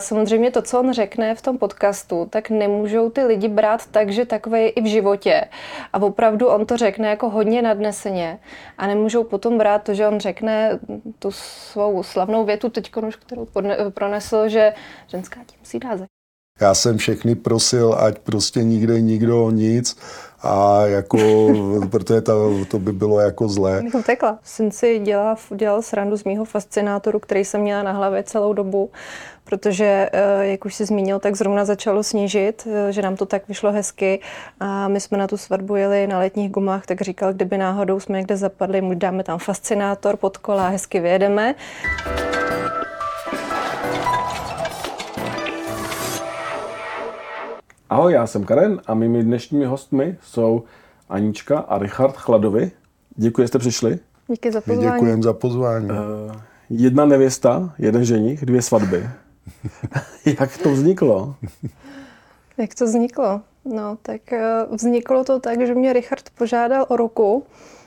Samozřejmě to, co on řekne v tom podcastu, tak nemůžou ty lidi brát tak, že takové je i v životě. A opravdu on to řekne jako hodně nadneseně. A nemůžou potom brát to, že on řekne tu svou slavnou větu teďko, kterou pronesl, že ženská tím musí dát. Já jsem všechny prosil, ať prostě nikde nikdo nic a jako, protože to by bylo jako zlé. Bych utekla. Syn si dělal srandu z mýho fascinátoru, který jsem měla na hlavě celou dobu, protože, jak už si zmínil, tak zrovna začalo snížit, že nám to tak vyšlo hezky a my jsme na tu svatbu jeli na letních gumách, tak říkal, kdyby náhodou jsme někde zapadli, mu dáme tam fascinátor pod kola a hezky vyjedeme. Ahoj, já jsem Karen a mými dnešními hostmi jsou Anička a Richard Chladovi. Děkuji, že jste přišli. Díky za pozvání. Děkujeme za pozvání. Jedna nevěsta, jeden ženich, 2 svatby. Jak to vzniklo? Jak to vzniklo? No, tak vzniklo to tak, že mě Richard požádal o ruku,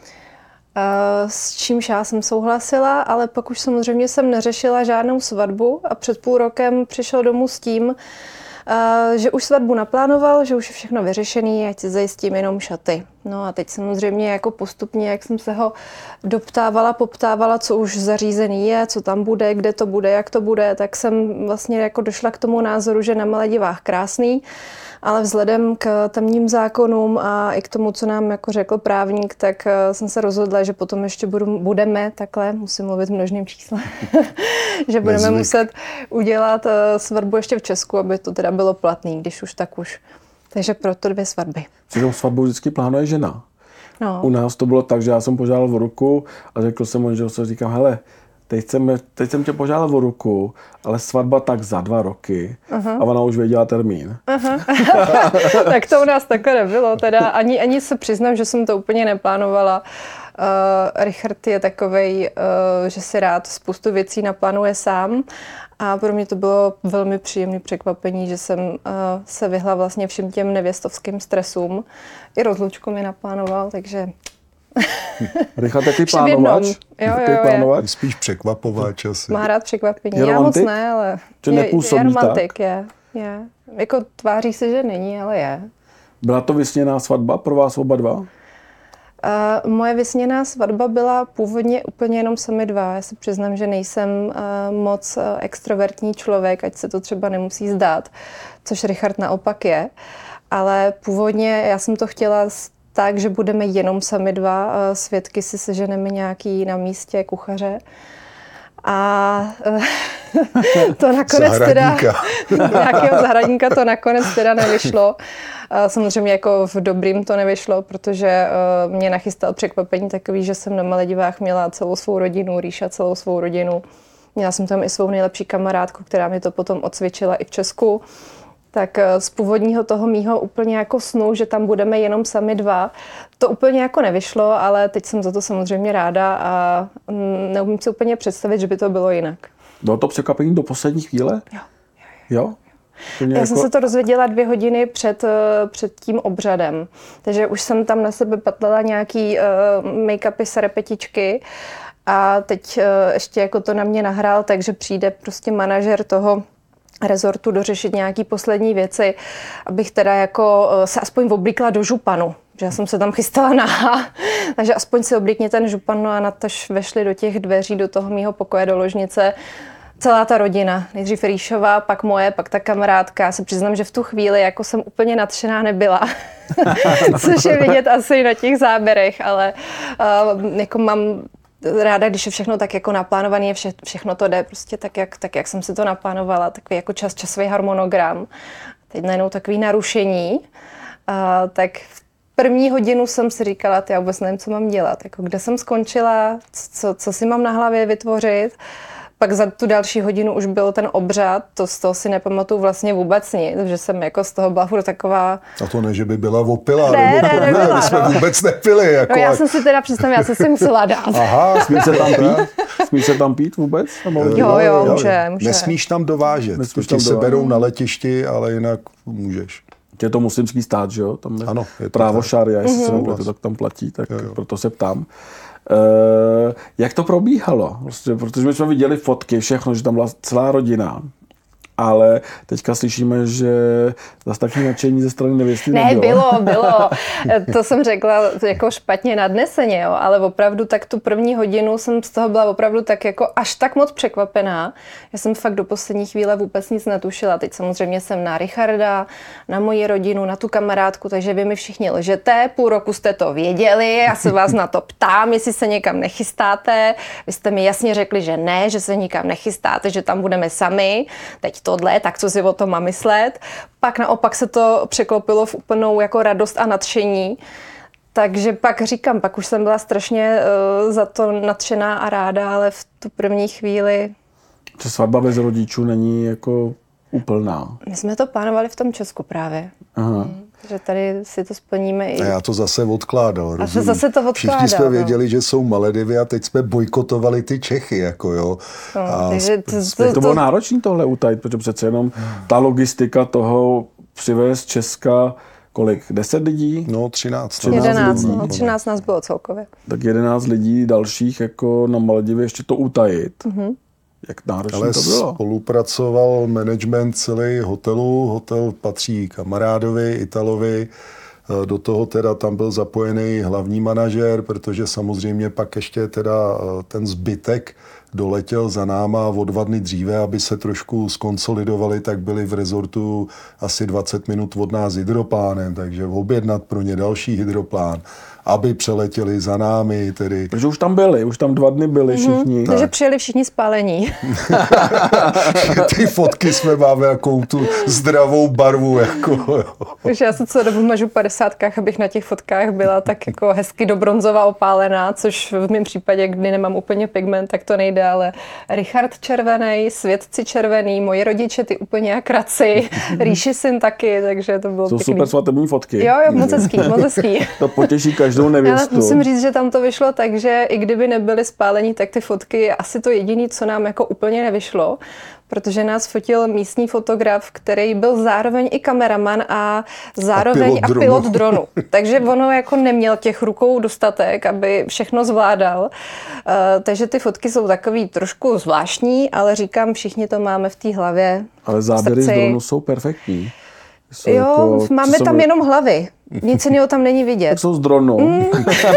s čímž já jsem souhlasila, ale pak už samozřejmě jsem neřešila žádnou svatbu a před půl rokem přišel domů s tím, že už svatbu naplánoval, že už je všechno vyřešený, ať si zajistím jenom šaty. No a teď samozřejmě jako postupně, jak jsem se ho poptávala, co už zařízený je, co tam bude, kde to bude, jak to bude, tak jsem vlastně jako došla k tomu názoru, že na Maledivách krásný, ale vzhledem k tamním zákonům a i k tomu, co nám jako řekl právník, tak jsem se rozhodla, že potom ještě budeme takhle, musím mluvit v množném čísle, že budeme muset udělat svatbu ještě v Česku, aby to teda bylo platný, když už tak už. Takže proto 2 svatby. Přitom svatbu vždycky plánuje žena. No. U nás to bylo tak, že já jsem požádal o ruku a řekl jsem manželce, říkám, hele, teď jsem tě požádal o ruku, ale svatba tak za 2 roky. A ona už věděla termín. Tak to u nás takhle nebylo. Teda ani se přiznám, že jsem to úplně neplánovala. Richard je takovej, že si rád spoustu věcí naplánuje sám. A pro mě to bylo velmi příjemné překvapení, že jsem se vyhla vlastně všem těm nevěstovským stresům. I rozlučku mi naplánoval, takže... Richard, jaký plánovač? Jo. Spíš překvapovač asi. Má rád překvapení. Je já romantik? Moc ne, ale nepůsobí je romantik, tak? Je. Jako tváří se, že není, ale je. Byla to vysněná svatba pro vás oba dva? Moje vysněná svatba byla původně úplně jenom sami 2. Já se přiznám, že nejsem moc extrovertní člověk, ať se to třeba nemusí zdát, což Richard naopak je. Ale původně já jsem to chtěla tak, že budeme jenom sami 2, svědky si seženeme nějaký na místě kuchaře. A to nakonec nějakého zahradníka to nakonec teda nevyšlo. Samozřejmě jako v dobrým to nevyšlo, protože mě nachystal překvapení takový, že jsem na Maledivách měla celou svou rodinu, Ríša celou svou rodinu. Měla jsem tam i svou nejlepší kamarádku, která mi to potom odcvičila i v Česku. Tak z původního toho mýho úplně jako snu, že tam budeme jenom sami 2, to úplně jako nevyšlo, ale teď jsem za to samozřejmě ráda a neumím si úplně představit, že by to bylo jinak. Bylo to překvapení do poslední chvíle? Jo? Já jsem se to dozvěděla 2 hodiny před tím obřadem, takže už jsem tam na sebe patlela nějaký make-upy, serepetičky a teď ještě jako to na mě nahrál, takže přijde prostě manažer toho rezortu dořešit nějaký poslední věci, abych teda jako se aspoň oblíkla do županu, že já jsem se tam chystala nahá, takže aspoň si oblíkni ten župan, no a natož vešli do těch dveří, do toho mýho pokoje, do ložnice, celá ta rodina, nejdřív Ríšová, pak moje, pak ta kamarádka. Já se přiznám, že v tu chvíli jako jsem úplně nadšená nebyla, což je vidět asi na těch záběrech, ale jako mám ráda, když je všechno tak jako naplánované, všechno to jde prostě tak, jak jsem si to naplánovala, takový jako časový harmonogram. Teď najednou takový narušení, tak v 1. hodinu jsem si říkala, já vůbec nevím, co mám dělat, jako kde jsem skončila, co si mám na hlavě vytvořit. Pak za tu další hodinu už byl ten obřad, z toho si nepamatuju vlastně vůbec nic, že jsem jako z toho byla furt taková... A to ne, že by byla opila, nebyla, my jsme vůbec nepili. Jako, no, já jsem si teda představila, já jsem si musela dát. Aha, smí se tam pít vůbec? Jo, může. Nesmíš tam dovážet, ti se berou na letišti, ale jinak můžeš. Je to muslimský stát, že jo? Tam ano, je právo šaria, jestli se to tak tam platí, tak proto se ptám. Jak to probíhalo? Prostě, protože my jsme viděli fotky, všechno, že tam byla celá rodina. ale teďka slyšíme, že zase taky nadšení ze strany nevěsty nebylo. Ne, bylo. To jsem řekla jako špatně nadneseně, jo, ale opravdu tak tu první hodinu jsem z toho byla opravdu tak jako až tak moc překvapená. Já jsem fakt do poslední chvíle vůbec nic netušila. Teď samozřejmě jsem na Richarda, na moji rodinu, na tu kamarádku, takže vy mi všichni lžete, půl roku jste to věděli, já se vás na to ptám, jestli se někam nechystáte. Vy jste mi jasně řekli, že ne, že se nikam nechystáte, že tam budeme sami. Teď tohle, tak co si o tom mám myslet. Pak naopak se to překlopilo v úplnou jako radost a nadšení. Takže pak říkám, pak už jsem byla strašně za to nadšená a ráda, ale v tu první chvíli... Že svatba bez rodičů není jako úplná. My jsme to plánovali v tom Česku právě. Aha. Že tady si to splníme. A já to zase odkládal, rozumím. A zase to odkládal. Všichni jsme věděli, že jsou Maledivy a teď jsme bojkotovali ty Čechy, jako jo. To bylo náročné tohle utajit, protože přece jenom ta logistika toho přivést Česka, kolik? 10 lidí? No 13. 13 nás bylo celkově. Tak 11 lidí dalších jako na Maledivy ještě to utajit. Mm-hmm. Jak náročné to bylo? Spolupracoval management celý hotelu. Hotel patří kamarádovi, Italovi. Do toho teda tam byl zapojený hlavní manažer, protože samozřejmě pak ještě teda ten zbytek doletěl za náma o 2 dny dříve, aby se trošku skonsolidovali, tak byli v rezortu asi 20 minut od nás hydroplánem, takže objednat pro ně další hydroplán, aby přeletěli za námi. Tedy. Takže už tam 2 dny byli všichni. Takže přijeli všichni spálení. Ty fotky jsme máme jakou tu zdravou barvu. Jako, takže já se celou dobu mažu 50kách, abych na těch fotkách byla tak jako hezky do bronzova opálená, což v mém případě, kdy nemám úplně pigment, tak to nejde, ale Richard červený, svědci červený, moji rodiče ty úplně jak raci, Ríši syn taky, takže to bylo jsou pěkný. Super svatební fotky. Jo, moc hezký. To potěší každou nevěstu. Já musím říct, že tam to vyšlo tak, že i kdyby nebyly spálení, tak ty fotky je asi to jediné, co nám jako úplně nevyšlo, protože nás fotil místní fotograf, který byl zároveň i kameraman a zároveň a pilot dronu. Takže ono jako neměl těch rukou dostatek, aby všechno zvládal. Takže ty fotky jsou takový trošku zvláštní, ale říkám, všichni to máme v té hlavě. Ale záběry z dronu jsou perfektní. Jo, jako, máme tam jenom hlavy. Nic jiného tam není vidět. Tak jsou z dronu.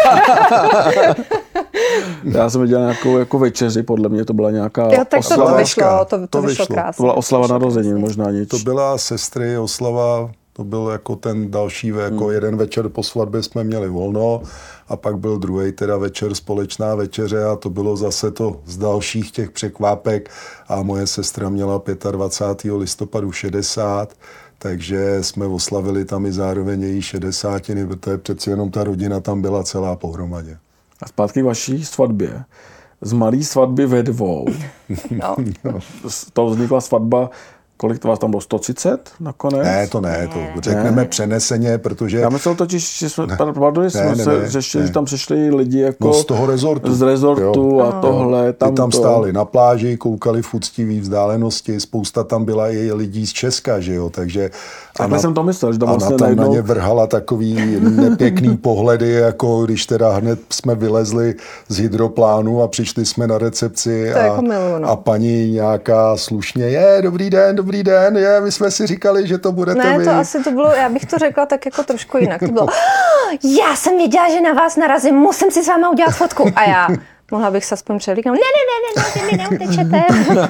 Já jsem viděl nějakou jako večeři, podle mě to byla nějaká oslava. To vyšlo krásně. To byla oslava narozenin, možná nic. To byla sestry oslava, to byl jako ten další, jako jeden večer po svatbě jsme měli volno a pak byl druhý teda večer společná večeře a to bylo zase to z dalších těch překvápek a moje sestra měla 25. listopadu 60, takže jsme oslavili tam i zároveň její 60, protože přeci jenom ta rodina tam byla celá pohromadě. A zpátky k vaší svatbě. Z malý svatby ve 2. No. Z toho vznikla svatba, kolik to vás tam bylo, 130 nakonec? Ne, to řekneme přeneseně, protože... Já myslel totiž, že jsme se řešili, že tam přišli lidi jako... No z toho rezortu. Z rezortu jo. A tohle, tam tam stáli na pláži, koukali v úctivý vzdálenosti, spousta tam byla i lidí z Česka, že jo, takže... Takhle jsem to myslel, že tam vlastně najednou... na ně vrhala takový nepěkný pohledy, jako když teda hned jsme vylezli z hydroplánu a přišli jsme na recepci a paní nějaká slušně, dobrý den, my jsme si říkali, že to budete vy. Ne, to bylo, já bych to řekla tak jako trošku jinak. To bylo, já jsem věděla, že na vás narazím, musím si s váma udělat fotku. A já, mohla bych se aspoň převlíknout, ne, vy neutečete.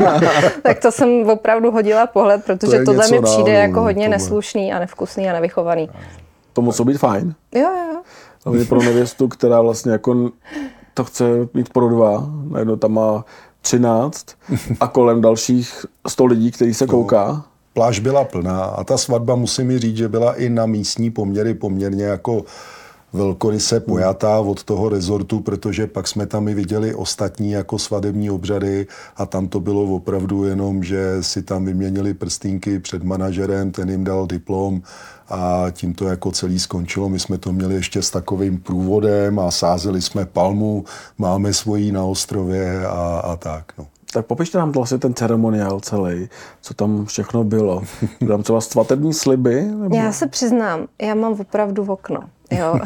Tak to jsem opravdu hodila pohled, protože tohle mi přijde jako hodně neslušný a nevkusný a nevychovaný. To musí být fajn. Jo. Ale pro nevěstu, která vlastně jako to chce mít pro 2, najednou tam má 13 a kolem dalších 100 lidí, který se kouká. Pláž byla plná a ta svatba, musím říct, že byla i na místní poměry poměrně jako velkoryse pojatá od toho rezortu, protože pak jsme tam i viděli ostatní jako svatební obřady a tam to bylo opravdu jenom, že si tam vyměnili prstínky před manažerem, ten jim dal diplom a tím to jako celý skončilo. My jsme to měli ještě s takovým průvodem a sázeli jsme palmu, máme svojí na ostrově a tak. No. Tak popište nám vlastně ten ceremoniál celý, co tam všechno bylo. Tam třeba svatební sliby? Nebo... Já se přiznám, já mám opravdu okno. Jo.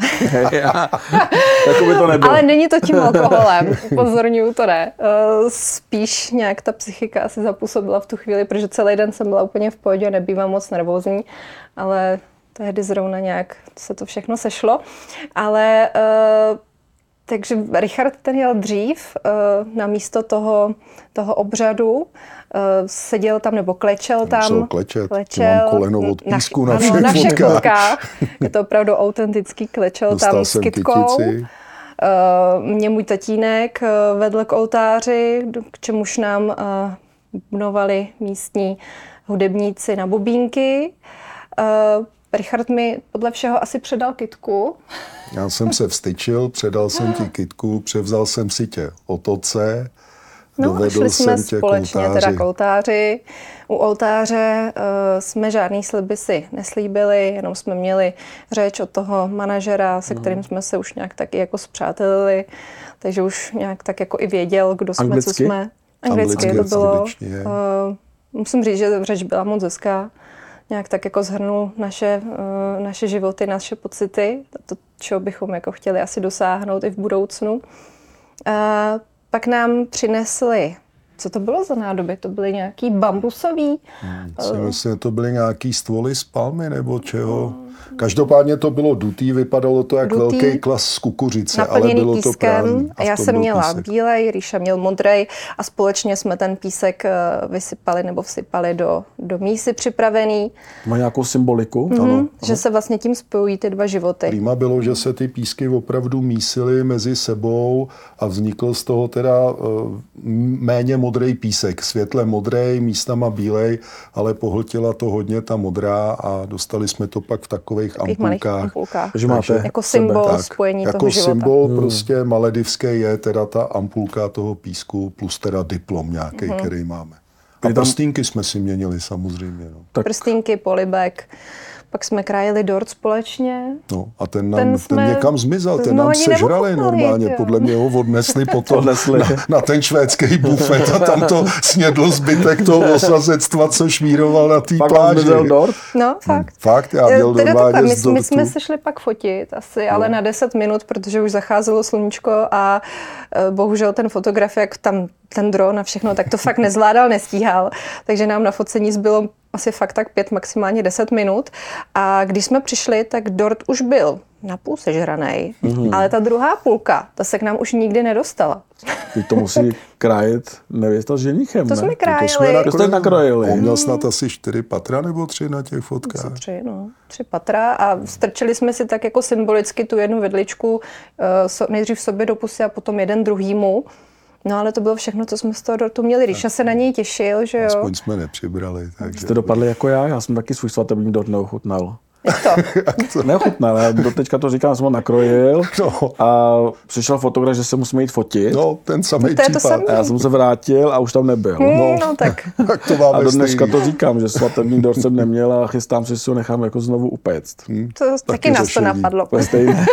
Jako by to nebylo. Ale není to tím alkoholem, upozorňuju, to ne. Spíš nějak ta psychika asi zapůsobila v tu chvíli, protože celý den jsem byla úplně v pohodě, nebývám moc nervózní, ale tehdy zrovna nějak se to všechno sešlo. Ale takže Richard ten jel dřív na místo toho obřadu, seděl tam nebo klečel tam. Musel klečet. Mám koleno od písku na všech na všech fotkách. fotkách. Je to opravdu autentický, klečel Dostal tam s jsem kytkou. kytici. Mě můj tatínek vedl k oltáři, k čemuž nám bubnovali místní hudebníci na bubínky. Richard mi podle všeho asi předal kytku. Já jsem se vstyčil, předal jsem ti kytku, převzal jsem si tě otoce, No, šli jsme společně teda k oltáři. U oltáře jsme žádný sliby si neslíbili, jenom jsme měli řeč od toho manažera, se kterým jsme se už nějak taky jako spřátelili, takže už nějak tak jako i věděl, kdo jsme, Anglicky? co jsme. Anglicky to bylo. je. Musím říct, že řeč byla moc hezká. Nějak tak jako shrnul naše životy, naše pocity, to, čeho bychom jako chtěli asi dosáhnout i v budoucnu. Pak nám přinesli, co to bylo za nádoby? To byly nějaký bambusový? Myslím, to byly nějaký stvoly z palmy nebo čeho. Každopádně to bylo dutý, vypadalo to jak velký klas z kukuřice, ale bylo pískem, to právě. Já jsem měla bílej, Ríša měl modrej a společně jsme ten písek vysypali nebo vsypali do mísy připravený. Má nějakou symboliku? Ano. Že se vlastně tím spojují ty dva životy. Prima bylo, že se ty písky opravdu mísily mezi sebou a vznikl z toho teda méně modrý písek. Světle modrej, místama bílej, ale pohltila to hodně ta modrá a dostali jsme to pak v takových ampulkách. Takže máte jako symbol tak, spojení jako toho života. symbol prostě maledivský je teda ta ampulka toho písku plus teda diplom nějaký, který máme. A prstínky jsme si měnili samozřejmě. No. Tak. Prstínky, polibek. Pak jsme krájeli dort společně. No, a ten někam zmizel, ten jsme nám ani sežrali neochutnali, normálně. jo. Podle mě ho odnesli potom na ten švédský bufet a tam to snědl zbytek toho osazectva, co šmíroval na té pláži. Pak zmizel dort? No, fakt. Fakt, já měl normálně z dortu. My jsme se šli pak fotit asi, ale na 10 minut, protože už zacházelo sluníčko a bohužel ten fotograf, jak tam ten dron a všechno, tak to fakt nezvládal, nestíhal. Takže nám na focení zbylo asi fakt tak 5, maximálně 10 minut. A když jsme přišli, tak dort už byl napůl sežranej, ale ta druhá půlka, ta se k nám už nikdy nedostala. Teď to musí krájet nevěsta s ženichem, To ne? jsme krájeli. To jste nakrojili. On měl snad asi 4 patra nebo 3 na těch fotkách. 3 patra a strčili jsme si tak jako symbolicky tu jednu vidličku nejdřív sobě do pusy a potom jeden druhýmu. No ale to bylo všechno, co jsme z toho dortu měli. Ríša se na něj těšil, že jo. Aspoň jsme nepřibrali. Takže... Jste dopadli jako já jsem taky svůj svatební dort neochutnal. Jak to? Neochutnal, já doteďka to říkám, jsem ho nakrojil No. a přišel fotograf, že se musíme jít fotit. No, ten samý To je to případ. samý. A já jsem se vrátil a už tam nebyl. No tak. Tak to máme A do dneška stejný. to říkám, že svatební dort jsem neměl a chystám se, že si ho nechám jako znovu upéct. To taky nás to řešení. napadlo. To je stejné.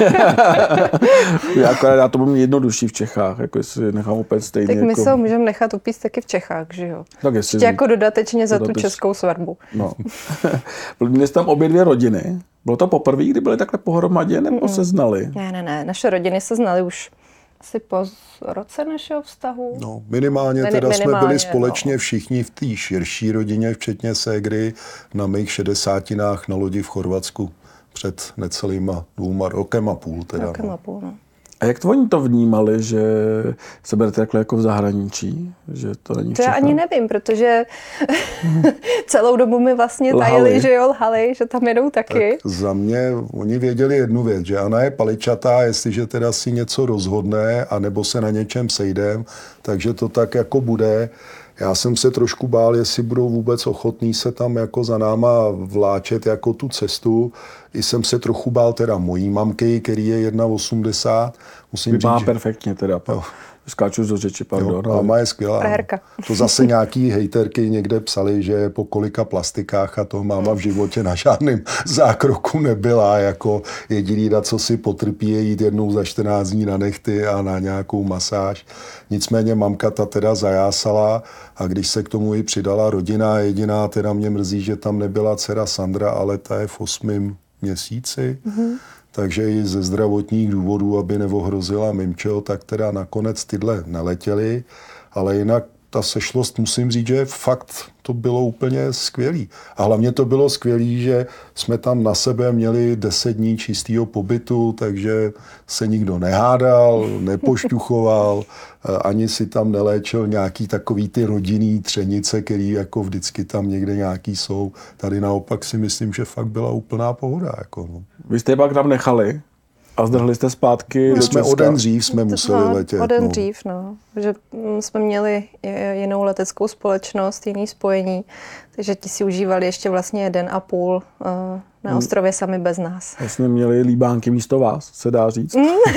Já to budu mít jednodušší v Čechách, jako jestli nechám upéct stejně. Tak my jako... se ho můžeme nechat upíct taky v Čechách, že jo. Tak jestli... Ještě jako dodatečně za tu Dodateč- českou svatbu. No. Měli jste tam obě dvě rodiny. Bylo to poprvé, kdy byly takhle pohromadě, nebo se znali? Ne. Naše rodiny se znaly už asi po roce našeho vztahu. No, minimálně teda jsme minimálně, byli společně no. všichni v té širší rodině, včetně ségry, na mých 60 na lodi v Chorvatsku před necelýma 2 rokem a půl. Teda, Rokem a půl, no. A jak to oni to vnímali, že se berete takhle jako v zahraničí? Že to není v To já Čechách? ani nevím, protože celou dobu mi vlastně Lhali. tajili, že jo, lhali, že tam jedou taky. Tak za mě, oni věděli jednu věc, že Anna je paličatá, jestliže teda si něco rozhodne, anebo se na něčem sejdem, takže to tak jako bude. Já jsem se trošku bál, jestli budou vůbec ochotní se tam jako za náma vláčet jako tu cestu. I jsem se trochu bál teda mojí mamky, který je 1,80. Musím Vypadá říct, že... perfektně teda. Skáču do řeči, pardon. Jo, máma je skvělá. Frajerka. To zase nějaký hejterky někde psali, že po kolika plastikách a to máma v životě na žádném zákroku nebyla. Jako jediný, na co si potrpí, je jít jednou za 14 dní na nechty a na nějakou masáž. Nicméně mamka ta teda zajásala a když se k tomu i přidala rodina, jediná teda mě mrzí, že tam nebyla dcera Sandra, ale ta je v 8. měsíci. takže i ze zdravotních důvodů, aby neohrozila mimčo, tak teda nakonec tyhle neletěly, ale jinak ta sešlost, musím říct, že fakt to bylo úplně skvělý. A hlavně to bylo skvělý, že jsme tam na sebe měli 10 dní čistého pobytu, takže se nikdo nehádal, nepošťuchoval, ani si tam neléčil nějaký takový ty rodinný třenice, který jako vždycky tam někde nějaký jsou. Tady naopak si myslím, že fakt byla úplná pohoda. Jako no. Vy jste je pak tam nechali a zdrhli jste zpátky do jsme Česka? o den dřív jsme museli letět. O den dřív, no. Že jsme měli jinou leteckou společnost, jiný spojení, takže ti si užívali ještě vlastně 1,5 na ostrově sami bez nás. Vlastně měli líbánky místo vás, se dá říct.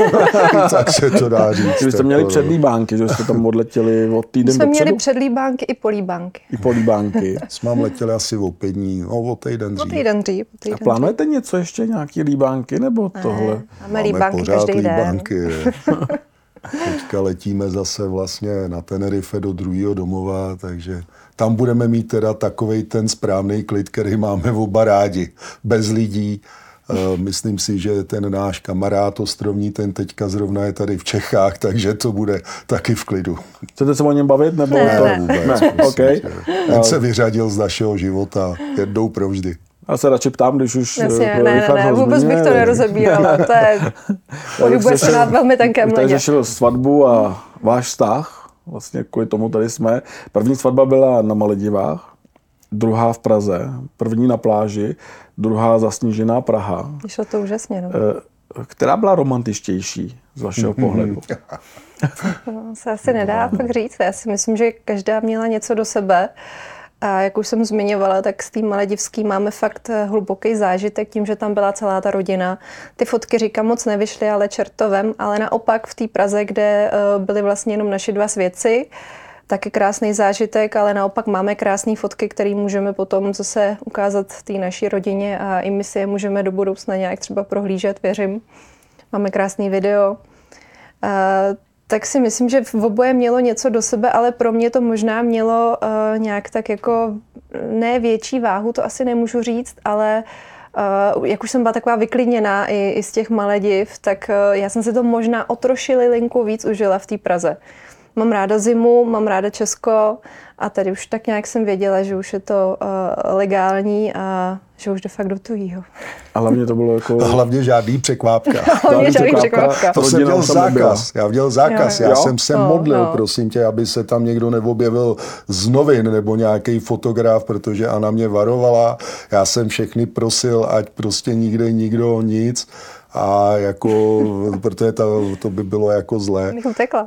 Tak se to dá říct. Vy jste měli předlíbánky, že jste tam odletěli o týden jsme dopředu? měli předlíbánky i políbánky. I políbánky. Jsme tam letěli asi o 5 dní, no o týden dřív. O týden dřív. A plánujete něco ještě, nějaký líbánky, nebo tohle? Máme líbánky pořád každý den. líbánky. Teďka letíme zase vlastně na Tenerife do druhého domova, takže tam budeme mít teda takovej ten správný klid, který máme oba rádi, bez lidí. Myslím si, že ten náš kamarád ostrovní, ten teďka zrovna je tady v Čechách, takže to bude taky v klidu. Chcete se o něm bavit? Nebo Ne. Vůbec, Okay. Ten se vyřadil z našeho života jednou provždy. Já se radši ptám, když už Jasně, to Richard ne, ho vůbec bych zmiňuje. to nerozebírala. To je, pohybuje se na velmi tenkém Vy tady ledě. řešil svatbu a váš vztah, vlastně kvůli tomu tady jsme. První svatba byla na Maledivách, druhá v Praze, první na pláži, druhá zasnížená Praha. Vyšlo to úžasně, no. Která byla romantičtější z vašeho pohledu? No, se asi nedá tak říct. Já si myslím, že každá měla něco do sebe. A jak už jsem zmiňovala, tak z té maledivský máme fakt hluboký zážitek tím, že tam byla celá ta rodina. Ty fotky, říkám, moc nevyšly, ale čertovem, ale naopak v té Praze, kde byli vlastně jenom naši dva svědci, taky krásný zážitek, ale naopak máme krásné fotky, které můžeme potom zase ukázat té naší rodině a i my si je můžeme do budoucna nějak třeba prohlížet, věřím. Máme krásný video. Tak si myslím, že v oboje mělo něco do sebe, ale pro mě to možná mělo nějak tak jako ne větší váhu, to asi nemůžu říct, ale jak už jsem byla taková vyklidněná i z těch Malediv, tak já jsem si to možná o troši linku víc užila v té Praze. Mám ráda zimu, mám ráda Česko a tady už tak nějak jsem věděla, že už je to legální a že už jde fakt do tujího. A hlavně to bylo jako... A hlavně žádný překvápka. Hlavně žádný překvápka. To jsem měl zákaz. Já měl zákaz. Jo. Já jsem se modlil, no. prosím tě, aby se tam někdo neobjevil z novin nebo nějaký fotograf, protože Anna mě varovala. Já jsem všechny prosil, ať prostě nikde nikdo nic. A jako, protože to by bylo jako zlé. Bych utekla.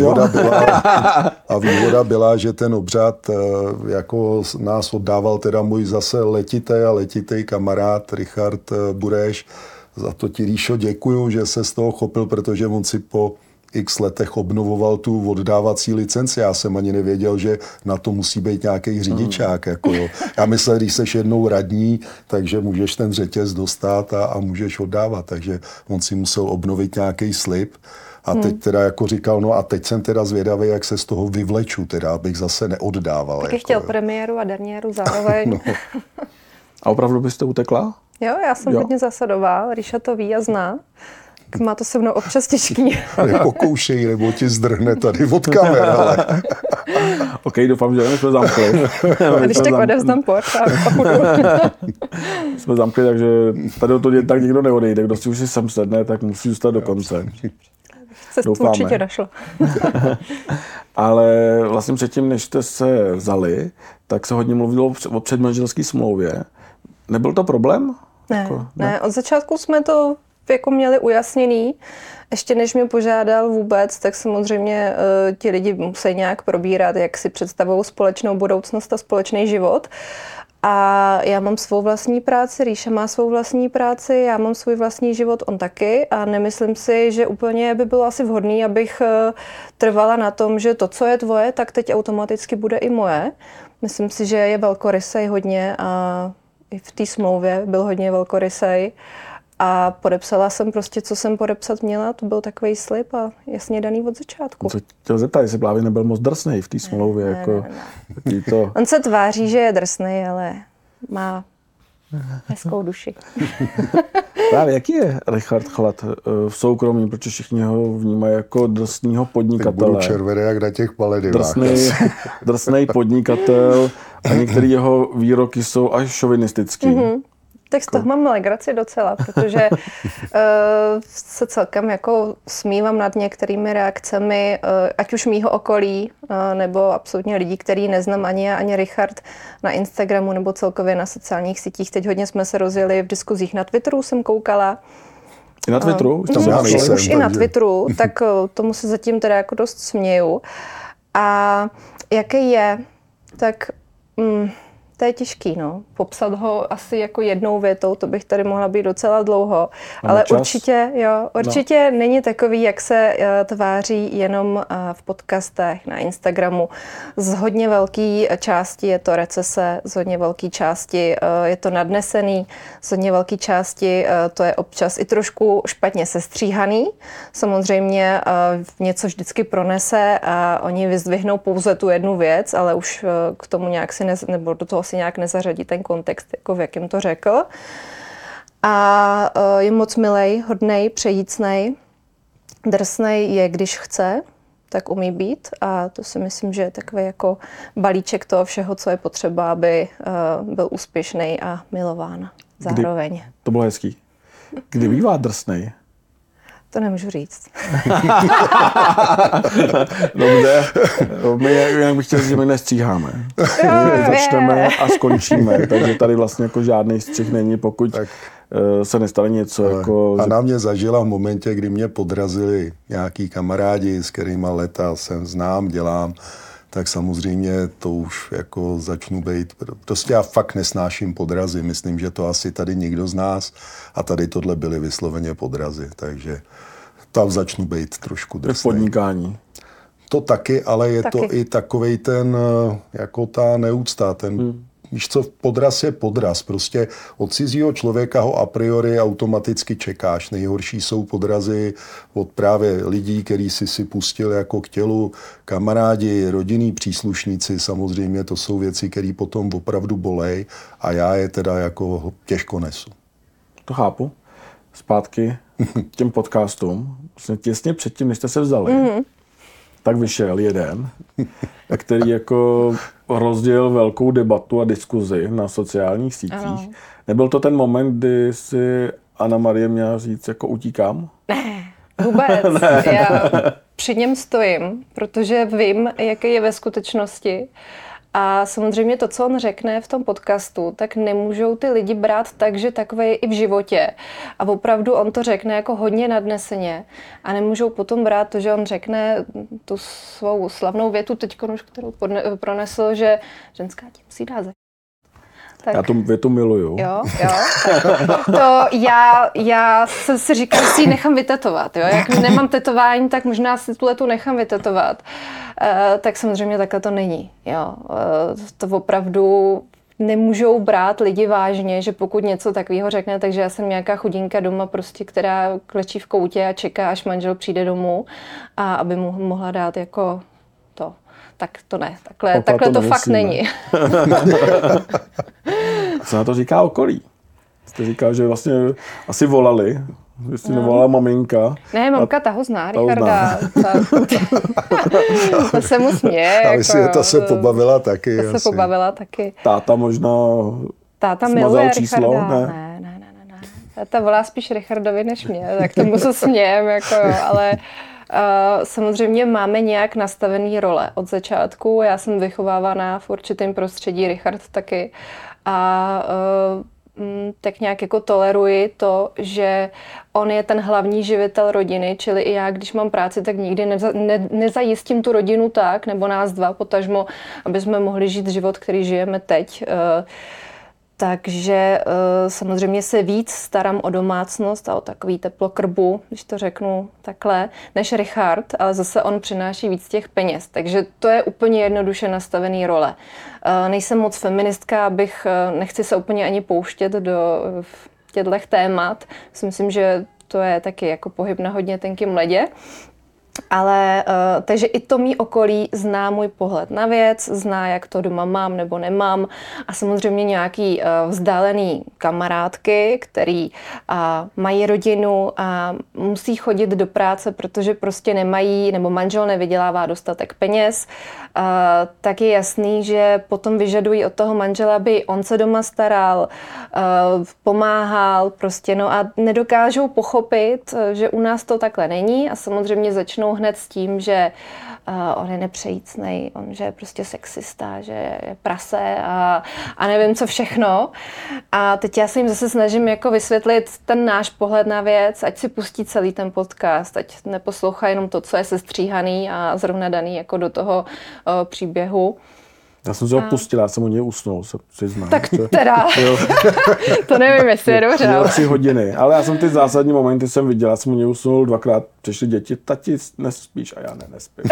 A výhoda byla, že ten obřad jako nás oddával teda můj zase letitej kamarád Richard Bureš. Za to ti, Ríšo, děkuju, že se z toho chopil, protože on si po x letech obnovoval tu oddávací licenci. Já jsem ani nevěděl, že na to musí být nějaký řidičák. Jako jo. Já myslel, když seš jednou radní, takže můžeš ten řetěz dostat a můžeš oddávat. Takže on si musel obnovit nějaký slib. A teď teda jako říkal, no a teď jsem teda zvědavý, jak se z toho vyvleču, teda, abych zase neoddával. Taky jako, chtěl premiéru a derniéru zároveň. No. A opravdu byste utekla? Jo, já jsem hodně zásadová, Ríša to ví a zná. Má to se mnou občas těžký. Nepokoušej, nebo ti zdrhne tady od kamer, ale... OK, doufám, že jsme zamkli. Když tak odevzdám port a půjdu. Jsme zamkli, takže tady to tak nikdo neodejde. Kdo si už sem sedne, tak musí zůstat do konce. Se určitě našlo. Ale vlastně předtím, než jste se vzali, tak se hodně mluvilo o předmanželské smlouvě. Nebyl to problém? Ne, od začátku jsme to jako měli ujasněný. Ještě než mě požádal vůbec, tak samozřejmě ti lidi musí nějak probírat, jak si představují společnou budoucnost a společný život. A já mám svou vlastní práci, Ríša má svou vlastní práci, já mám svůj vlastní život, on taky. A nemyslím si, že úplně by bylo asi vhodné, abych trvala na tom, že to, co je tvoje, tak teď automaticky bude i moje. Myslím si, že je velkorysej hodně a i v té smlouvě byl hodně velkorysej. A podepsala jsem prostě, co jsem podepsat měla, to byl takový slib a jasně daný od začátku. Co chtěl zeptat, jestli právě nebyl moc drsnej v té smlouvě. Ne. To... On se tváří, že je drsnej, ale má hezkou duši. Právě, jaký je Richard Chlad v soukromí, protože všichni ho vnímají jako drsnýho podnikatele. Budu červený jak na těch Maledivách. Drsnej podnikatel a některé jeho výroky jsou až šovinistický. Mm-hmm. Tak z toho mám legraci docela, protože se celkem jako smívám nad některými reakcemi, ať už mýho okolí, nebo absolutně lidí, který neznám ani já, ani Richard na Instagramu nebo celkově na sociálních sítích. Teď hodně jsme se rozjeli v diskuzích na Twitteru, jsem koukala. I na Twitteru? Už i na Twitteru, tak tomu se zatím teda jako dost směju. A jaký je, tak... To je těžký, no. Popsat ho asi jako jednou větou, to bych tady mohla být docela dlouho. Ale určitě není takový, jak se tváří jenom v podcastech, na Instagramu. Z hodně velké části je to recese, z hodně velké části je to nadnesený, z hodně velké části to je občas i trošku špatně sestříhaný. Samozřejmě něco vždycky pronese a oni vyzdvihnou pouze tu jednu věc, ale už k tomu nějak si nebo do toho si nějak nezařadí ten kontext, jako v jakém to řekl. A je moc milej, hodnej, přejícnej, drsnej je, když chce, tak umí být a to si myslím, že je takový jako balíček toho všeho, co je potřeba, aby byl úspěšný a milován zároveň. To bylo hezký. Kdy bývá drsnej? To nemůžu říct. Dobře, my jak bych chtěl říct, že my nestříháme. My začneme a skončíme, takže tady vlastně jako žádný střih není, pokud se nestane něco. Jako... A na mě zažila v momentě, kdy mě podrazili nějaký kamarádi, s kterýma leta jsem znám, dělám, tak samozřejmě to už jako začnu být. Prostě já fakt nesnáším podrazy. Myslím, že to asi tady nikdo z nás a tady tohle byly vysloveně podrazy, takže tam začnu být trošku drsnej. V podnikání. To taky, ale je taky. To i takovej ten, jako ta neúcta, ten víš co, podraz je podraz. Prostě od cizího člověka ho a priori automaticky čekáš. Nejhorší jsou podrazy od právě lidí, který si pustil jako k tělu, kamarádi, rodinní příslušníci. Samozřejmě to jsou věci, které potom opravdu bolej a já je teda jako těžko nesu. To chápu. Zpátky k těm podcastům. Těsně předtím, než jste se vzali, tak vyšel jeden, který jako rozdělil velkou debatu a diskuzi na sociálních sítích. Ano. Nebyl to ten moment, kdy si Anna Marie měla říct, jako utíkám? Ne, vůbec. Ne. Já při něm stojím, protože vím, jaký je ve skutečnosti. A samozřejmě to, co on řekne v tom podcastu, tak nemůžou ty lidi brát tak, že takové je i v životě. A opravdu on to řekne jako hodně nadneseně. A nemůžou potom brát to, že on řekne tu svou slavnou větu teďko, kterou pronesl, že ženská tě musí dát. Tak. Já tu větu miluju. Jo. To já jsem si říkal, že si ji nechám vytetovat. Jo? Jak nemám tetování, tak možná si tu nechám vytetovat. Tak samozřejmě takhle to není. Jo? To opravdu nemůžou brát lidi vážně, že pokud něco takového řekne, takže já jsem nějaká chudinka doma, prostě, která klečí v koutě a čeká, až manžel přijde domů, a aby mu mohla dát jako to. Tak to ne, takhle to fakt není. Co na to říká okolí? Jste říkal, že vlastně asi volali, jestli nevolala maminka. Ne, mamka ta ho zná, Richarda. To se mu směje. A myslím, že ta se pobavila taky. Ta se pobavila taky. Táta možná Táta miluje Richarda. Ne. Táta volá spíš Richardovi než mě, tak tomu se smějem, jako jo, ale... Samozřejmě máme nějak nastavený role od začátku. Já jsem vychovávaná v určitém prostředí, Richard taky. A tak nějak jako toleruji to, že on je ten hlavní živitel rodiny, čili i já, když mám práci, tak nikdy nezajistím tu rodinu tak, nebo nás dva potažmo, aby jsme mohli žít život, který žijeme teď. Takže samozřejmě se víc starám o domácnost a o takový teplokrbu, když to řeknu takhle, než Richard, ale zase on přináší víc těch peněz. Takže to je úplně jednoduše nastavený role. Nejsem moc feministka, nechci se úplně ani pouštět do těchto témat. Myslím, že to je taky jako pohyb na hodně tenkým ledě. Ale takže i to mý okolí zná můj pohled na věc, zná, jak to doma mám nebo nemám a samozřejmě nějaký vzdálený kamarádky, který mají rodinu a musí chodit do práce, protože prostě nemají, nebo manžel nevydělává dostatek peněz, tak je jasný, že potom vyžadují od toho manžela, aby on se doma staral, pomáhal prostě, no a nedokážou pochopit, že u nás to takhle není a samozřejmě začnou hned s tím, že on je nepřejícnej, on že je prostě sexista, že je prase a nevím co všechno. A teď já se jim zase snažím jako vysvětlit ten náš pohled na věc, ať si pustí celý ten podcast, ať neposlouchá jenom to, co je sestříhaný a zrovna daný jako do toho příběhu. Já jsem se ho pustil, já jsem u něj usnul, se přiznám. Tak teda, to nevím, jestli je dobře. Měl 3 hodiny, ale já jsem ty zásadní momenty jsem viděl, já jsem u něj usnul 2krát, přišli děti, tati, nespíš a já nespím.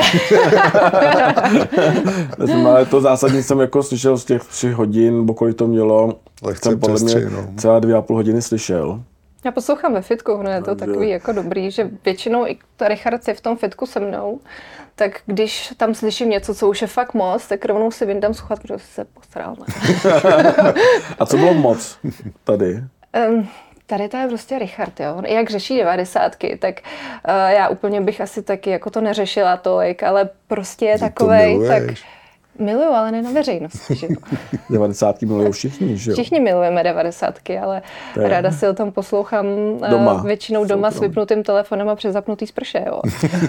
Ale to zásadní jsem jako slyšel z těch 3 hodin, nebo kolik to mělo, jsem podle mě celá 2,5 hodiny slyšel. Já poslouchám ve fitku, no je to takový jako dobrý, že většinou i Richard je v tom fitku se mnou, tak když tam slyším něco, co už je fakt moc, tak rovnou si vyndám sluchátko, protože se posral. A co bylo moc tady? Tady to je prostě Richard, jo. On jak řeší 90, tak já úplně bych asi taky jako to neřešila tolik, ale prostě je takovej, tak miluju, ale ne na veřejnosti, že jo. 90 milují všichni, že jo. Všichni milujeme 90, ale ráda si o tom poslouchám většinou doma s vypnutým telefonem a přes zapnutý sprše, jo.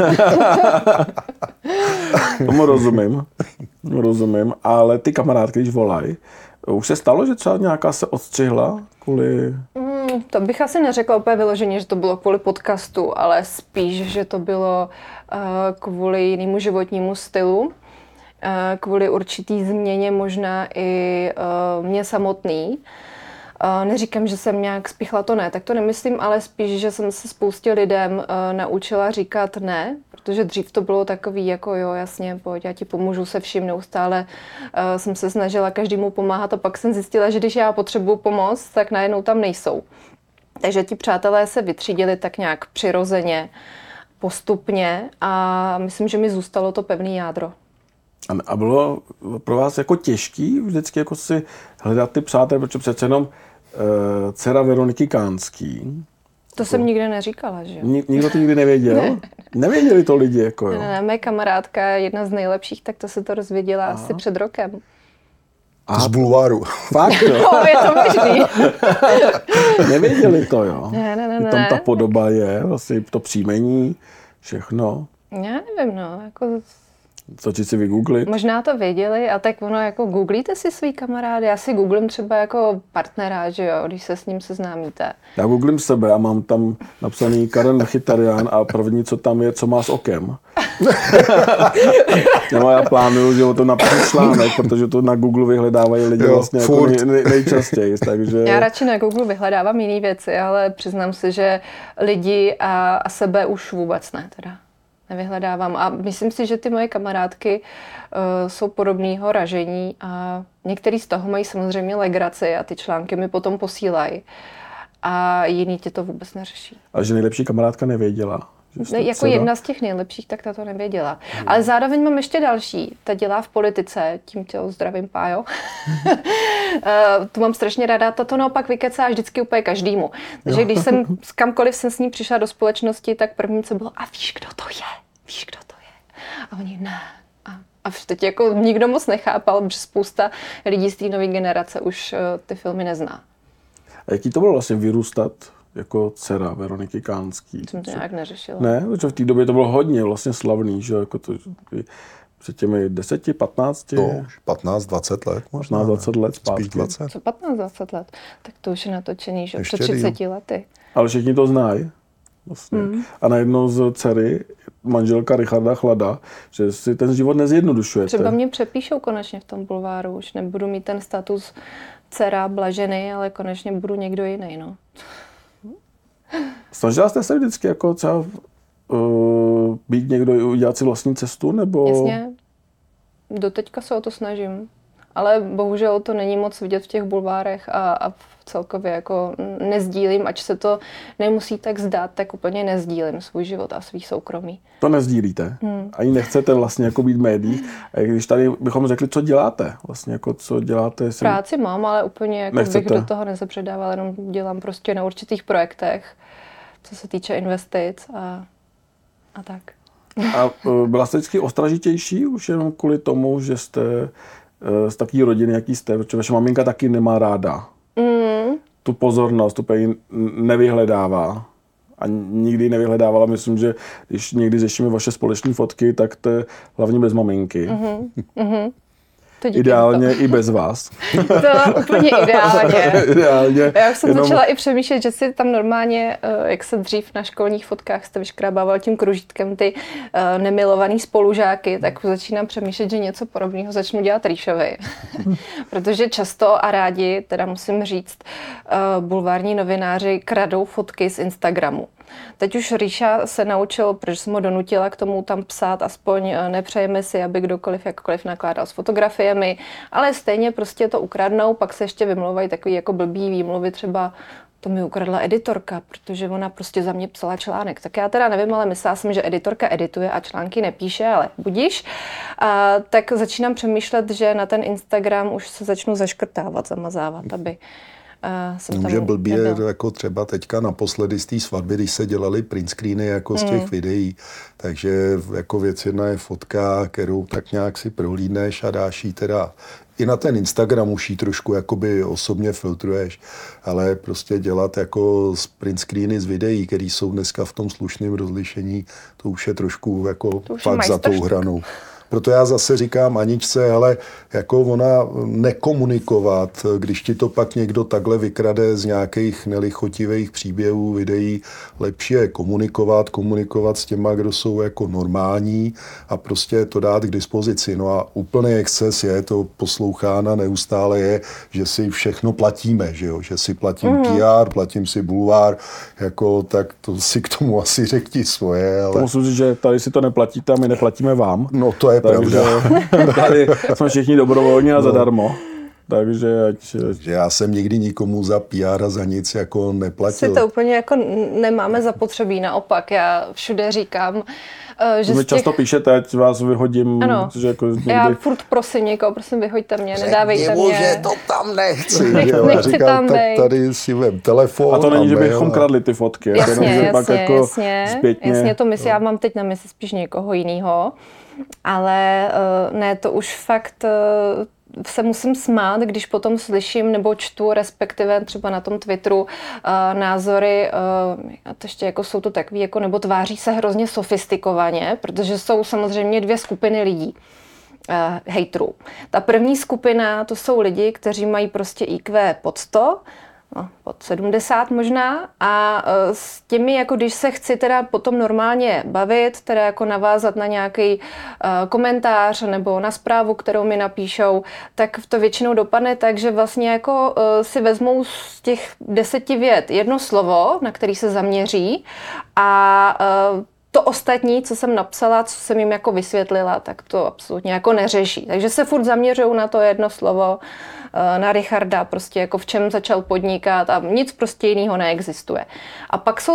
Tomu rozumím, ale ty kamarádky, když volají, už se stalo, že třeba nějaká se odstřihla kvůli... To bych asi neřekla úplně vyloženě, že to bylo kvůli podcastu, ale spíš, že to bylo kvůli jinému životnímu stylu, kvůli určitý změně možná i mě samotný. Neříkám, že jsem nějak spichla, to ne, tak to nemyslím, ale spíš, že jsem se spoustě lidem naučila říkat ne, protože dřív to bylo takový jako jo, jasně, pojď, já ti pomůžu se vším, neustále jsem se snažila každému pomáhat a pak jsem zjistila, že když já potřebuju pomoc, tak najednou tam nejsou. Takže ti přátelé se vytřídili tak nějak přirozeně, postupně a myslím, že mi zůstalo to pevný jádro. A bylo pro vás jako těžký vždycky jako si hledat ty přátelé, protože přece jenom dcera Veroniky Kánský. To jsem nikdy neříkala, že jo? Nikdo to nikdy nevěděl? Ne. Nevěděli to lidi, jako jo? Ne, moje kamarádka, jedna z nejlepších, tak to se to rozvěděla asi před rokem. Z bulváru. Fakt, jo? No, je to možný. Nevěděli to, jo? Ne. Tam ta podoba je, vlastně to příjmení, všechno. Já nevím, no, jako... Stačí si vygooglit. Možná to věděli a tak ono jako googlíte si svý kamarády. Já si googlím třeba jako partnera, že jo, když se s ním seznámíte. Já googlím sebe a mám tam napsaný Karen Nachitarian a první, co tam je, co má s okem. No, já plánuju, že o to napíšu článek, protože to na Google vyhledávají lidi vlastně jako nejčastěji. Takže... Já radši na Google vyhledávám jiné věci, ale přiznám si, že lidi a sebe už vůbec ne teda. Nevyhledávám. A myslím si, že ty moje kamarádky jsou podobného ražení a některý z toho mají samozřejmě legraci a ty články mi potom posílají. A jiný tě to vůbec neřeší. A že nejlepší kamarádka nevěděla? Jako jedna z těch nejlepších, tak ta to nevěděla. Ale zároveň mám ještě další. Ta dělá v politice, tím tě zdravím, Pájo. Tu mám strašně ráda, ta to naopak vykecá vždycky úplně každému. Takže když jsem kamkoliv jsem s ní přišla do společnosti, tak první, co bylo, a víš, kdo to je? Víš, kdo to je? A oni ne. A teď jako nikdo moc nechápal, protože spousta lidí z té nové generace už ty filmy nezná. A jaký to bylo vlastně vyrůstat jako dcera Veroniky Kánský? Jsem to nějak neřešila. Ne, protože v té době to bylo hodně vlastně slavný, že jako to před těmi 10, 15? To už 15, 20 let možná. 15, 20 let zpátky. Spíš 20. Co 15, 20 let? Tak to už je natočený, že před 30 lety. Ale všichni to znají. Vlastně. A najednou z dcery manželka Richarda Chlada, že si ten život nezjednodušujete. Třeba mě přepíšou konečně v tom bulváru, už nebudu mít ten status dcera Blaženy, ale konečně budu někdo jiný, no. Snažila jste se vždycky jako třeba být někdo, udělat si vlastní cestu, nebo? Jasně. Doteďka se o to snažím. ale bohužel to není moc vidět v těch bulvárech a celkově jako nezdílím, ač se to nemusí tak zdát, tak úplně nezdílím svůj život a svý soukromí. To nezdílíte? Ani nechcete vlastně jako být v médiích. A když tady bychom řekli, co děláte? Vlastně jako co děláte? Práci mám, ale úplně jako bych do toho nezapředával, jenom dělám prostě na určitých projektech, co se týče investic a tak. A byla jste vždycky ostražitější už jenom kvůli tomu, že jste z takové rodiny, jaký jste, protože vaše maminka taky nemá ráda tu pozornost, tu nevyhledává. A nikdy nevyhledávala. Myslím, že když někdy řešíme vaše společné fotky, tak to je hlavně bez maminky. Ideálně i bez vás. To úplně ideálně. Já už jsem jenom... začala i přemýšlet, že si tam normálně, jak se dřív na školních fotkách jste vyškrábával tím kružítkem ty nemilovaný spolužáky, tak začínám přemýšlet, že něco podobného začnu dělat Ríšovi. Protože často a rádi, teda musím říct, bulvární novináři kradou fotky z Instagramu. Teď už Ríša se naučil, protože jsem ho donutila k tomu tam psát, aspoň nepřejeme si, aby kdokoliv jakkoliv nakládal s fotografiemi, ale stejně prostě to ukradnou, pak se ještě vymlouvají takový jako blbý výmluvy, třeba to mi ukradla editorka, protože ona prostě za mě psala článek. Tak já teda nevím, ale myslela jsem, že editorka edituje a články nepíše, ale budíš. Tak začínám přemýšlet, že na ten Instagram už se začnu zaškrtávat, zamazávat, aby Může blbě jako třeba teďka naposledy z té svatby, když se dělali print screeny jako z těch videí, takže jako věc jedna je fotka, kterou tak nějak si prohlídneš a dáš jí teda i na ten Instagram už jí trošku jakoby osobně filtruješ, ale prostě dělat jako print screeny z videí, které jsou dneska v tom slušném rozlišení, to už je trošku jako fakt za tou hranou. Proto já zase říkám Aničce, ale jako ona nekomunikovat, když ti to pak někdo takhle vykrade z nějakých nelichotivých příběhů, videí, lepší je komunikovat s těma, kdo jsou jako normální a prostě to dát k dispozici. No a úplný exces je, to poslouchána neustále je, že si všechno platíme, že jo? Že si platím PR, platím si bulvár, jako, tak to si k tomu asi řekni svoje. Ale... To musím říct, že tady si to neplatíte a my neplatíme vám. No to je pravda. Tady jsme všichni dobrovolně a zadarmo. Takže já jsem nikdy nikomu za PR a za nic jako neplatil. Si to úplně jako nemáme zapotřebí, naopak. Já všude říkám, že vy často píšete, ať vás vyhodím. Ano. Že jako někdy... Já furt prosím někoho, prosím vyhoďte mě, nedávejte mě. Že to tam nechci. Nechci říkám, tam tak tady si vem telefon. A to není, že bychom a... kradli ty fotky. Jasně, zpětně... jasně, to myslím, já mám teď na mysli spíš někoho jiného. Ale ne, to už fakt se musím smát, když potom slyším nebo čtu, respektive třeba na tom Twitteru názory, a to ještě jako jsou to takový, jako, nebo tváří se hrozně sofistikovaně, protože jsou samozřejmě dvě skupiny lidí. Hejtrů. Ta první skupina, to jsou lidi, kteří mají prostě IQ pod 100, no, pod 70 možná a s těmi, jako když se chci teda potom normálně bavit, teda jako navázat na nějaký komentář nebo na zprávu, kterou mi napíšou, tak to většinou dopadne tak, že vlastně jako si vezmou z těch 10 vět jedno slovo, na který se zaměří a to ostatní, co jsem napsala, co jsem jim jako vysvětlila, tak to absolutně jako neřeší. Takže se furt zaměřují na to jedno slovo, na Richarda, prostě jako v čem začal podnikat a nic prostě jiného neexistuje. A pak jsou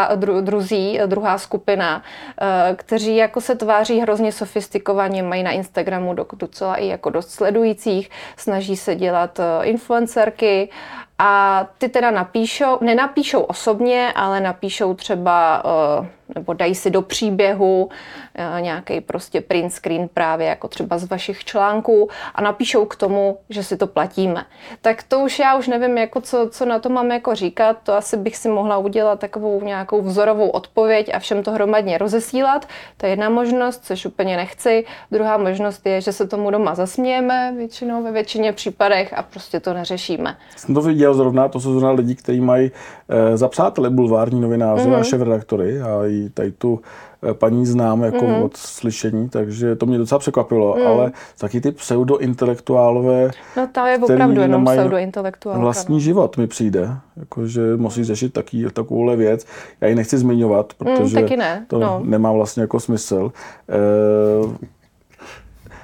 druhá skupina, kteří jako se tváří hrozně sofistikovaně, mají na Instagramu docela i jako dost sledujících, snaží se dělat influencerky a ty teda nenapíšou osobně, ale napíšou třeba, nebo dají si do příběhu nějaký prostě print screen právě jako třeba z vašich článků a napíšou k tomu, že si to platíme. Tak to už já už nevím, jako co na to mám jako říkat, to asi bych si mohla udělat takovou nějakou vzorovou odpověď a všem to hromadně rozesílat. To je jedna možnost, což úplně nechci. Druhá možnost je, že se tomu doma zasmějeme, většinou ve většině případech a prostě to neřešíme. Jsem to viděl zrovna, to jsou zrovna lidi, kteří mají za přátele bulvární novináře a šéfredaktory a i tady tu paní znám jako od slyšení, takže to mě docela překvapilo, ale taky ty pseudointelektuálové, no to je opravdu jenom pseudointelektuálka. Vlastní život mi přijde, jakože musí řešit takovouhle věc. Já ji nechci zmiňovat, protože taky ne. to nemá vlastně jako smysl.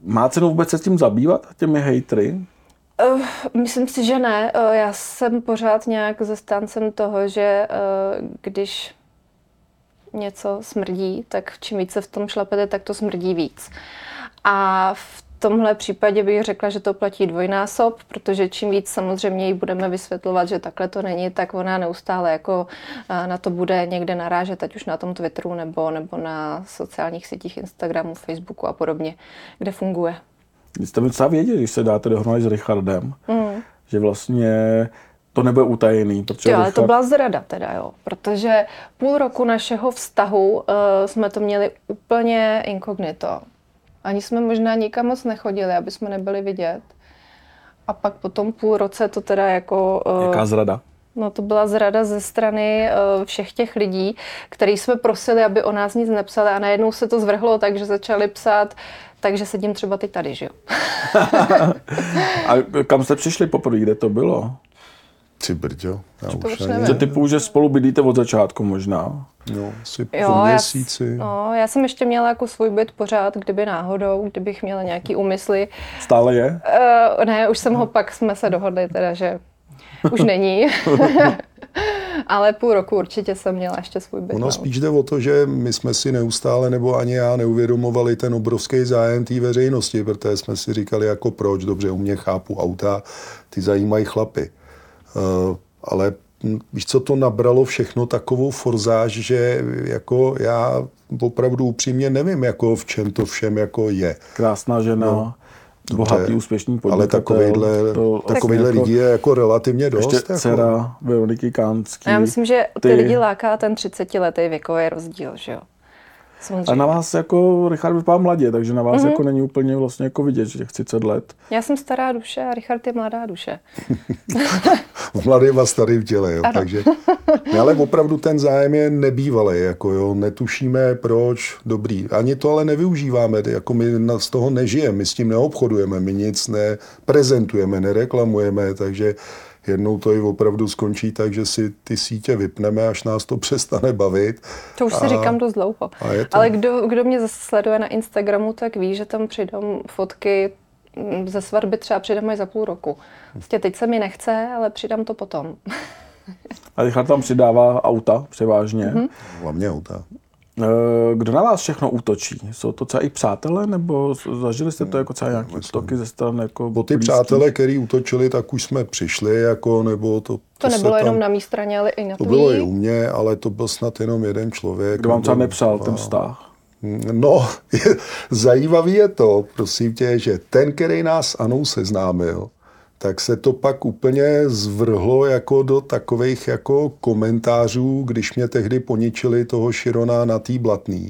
Má cenu vůbec se tím zabývat, těmi hejtry? Myslím si, že ne. Já jsem pořád nějak zastáncem toho, že když něco smrdí, tak čím více v tom šlapete, tak to smrdí víc. A v tomhle případě bych řekla, že to platí dvojnásob, protože čím víc samozřejmě jí budeme vysvětlovat, že takhle to není, tak ona neustále jako na to bude někde narážet, ať už na tom Twitteru nebo na sociálních sítích Instagramu, Facebooku a podobně, kde funguje. Vy jste mi třeba věděli, když se dáte dohromady s Richardem, že vlastně to nebude utajený. Protože Jo, ale to byla zrada teda, jo. Protože půl roku našeho vztahu jsme to měli úplně inkognito. Ani jsme možná nikam moc nechodili, aby jsme nebyli vidět. A pak po tom půl roce to teda jako... Jaká zrada? No to byla zrada ze strany všech těch lidí, který jsme prosili, aby o nás nic nepsali a najednou se to zvrhlo tak, že začali psát, takže sedím třeba teď tady, že jo. A kam jste přišli poprvé, kde to bylo? Ty brďo, já to už už nevím. Že typu, že spolu bydlíte od začátku možná. No, asi Jo, po měsíci. já jsem ještě měla jako svůj byt pořád, kdyby náhodou, kdybych měla nějaký úmysly. Stále je? Ne, už jsem ho pak, jsme se dohodli teda, že už není. Ale půl roku určitě jsem měla ještě svůj byt. Ono spíš jde o to, že my jsme si neustále, nebo ani já, neuvědomovali ten obrovský zájem té veřejnosti, protože jsme si říkali jako proč, dobře, u mě chápu auta, ty zajímají chlapy. Ale víš co, to nabralo všechno takovou forzáž, že jako já opravdu upřímně nevím, jako v čem to všem jako je. Krásná žena. No. Bohatý, úspěšný podnikatel. Ale takovýhle lidí je jako relativně dost. Ještě dcera Veroniky Kánský. Já myslím, že ty lidi láká ten 30letý věkový rozdíl, že jo? A na vás jako, Richard vypadá mladě, takže na vás jako není úplně vlastně jako vidět, že těch 30 let. Já jsem stará duše a Richard je mladá duše. Mladý a starý v těle, jo, takže. Ale opravdu ten zájem je nebývalý, jako jo, netušíme proč, dobrý. Ani to ale nevyužíváme, jako my z toho nežijeme, my s tím neobchodujeme, my nic neprezentujeme, nereklamujeme, takže jednou to i opravdu skončí tak, že si ty sítě vypneme, až nás to přestane bavit. To už si říkám dost dlouho. Ale kdo mě zase sleduje na Instagramu, tak ví, že tam přijdou fotky ze svatby, třeba přidám až za půl roku. Vlastně teď se mi nechce, ale přidám to potom. A Richard tam přidává auta převážně. Hlavně auta. Kdo na vás všechno útočí? Jsou to třeba i přátelé, nebo zažili jste to jako třeba nějaké útoky ze strany jako bo ty přátelé, kteří útočili, tak už jsme přišli, jako, nebo to nebylo jenom na mý straně, ale i na tvý. To bylo i u mě, ale to byl snad jenom jeden člověk. Kdo vám třeba nepřál ten vztah? No, zajímavý je to, prosím tě, že ten, který nás s Anou seznámil, tak se to pak úplně zvrhlo jako do takových jako komentářů, když mě tehdy poničili toho Širona na tý Blatný.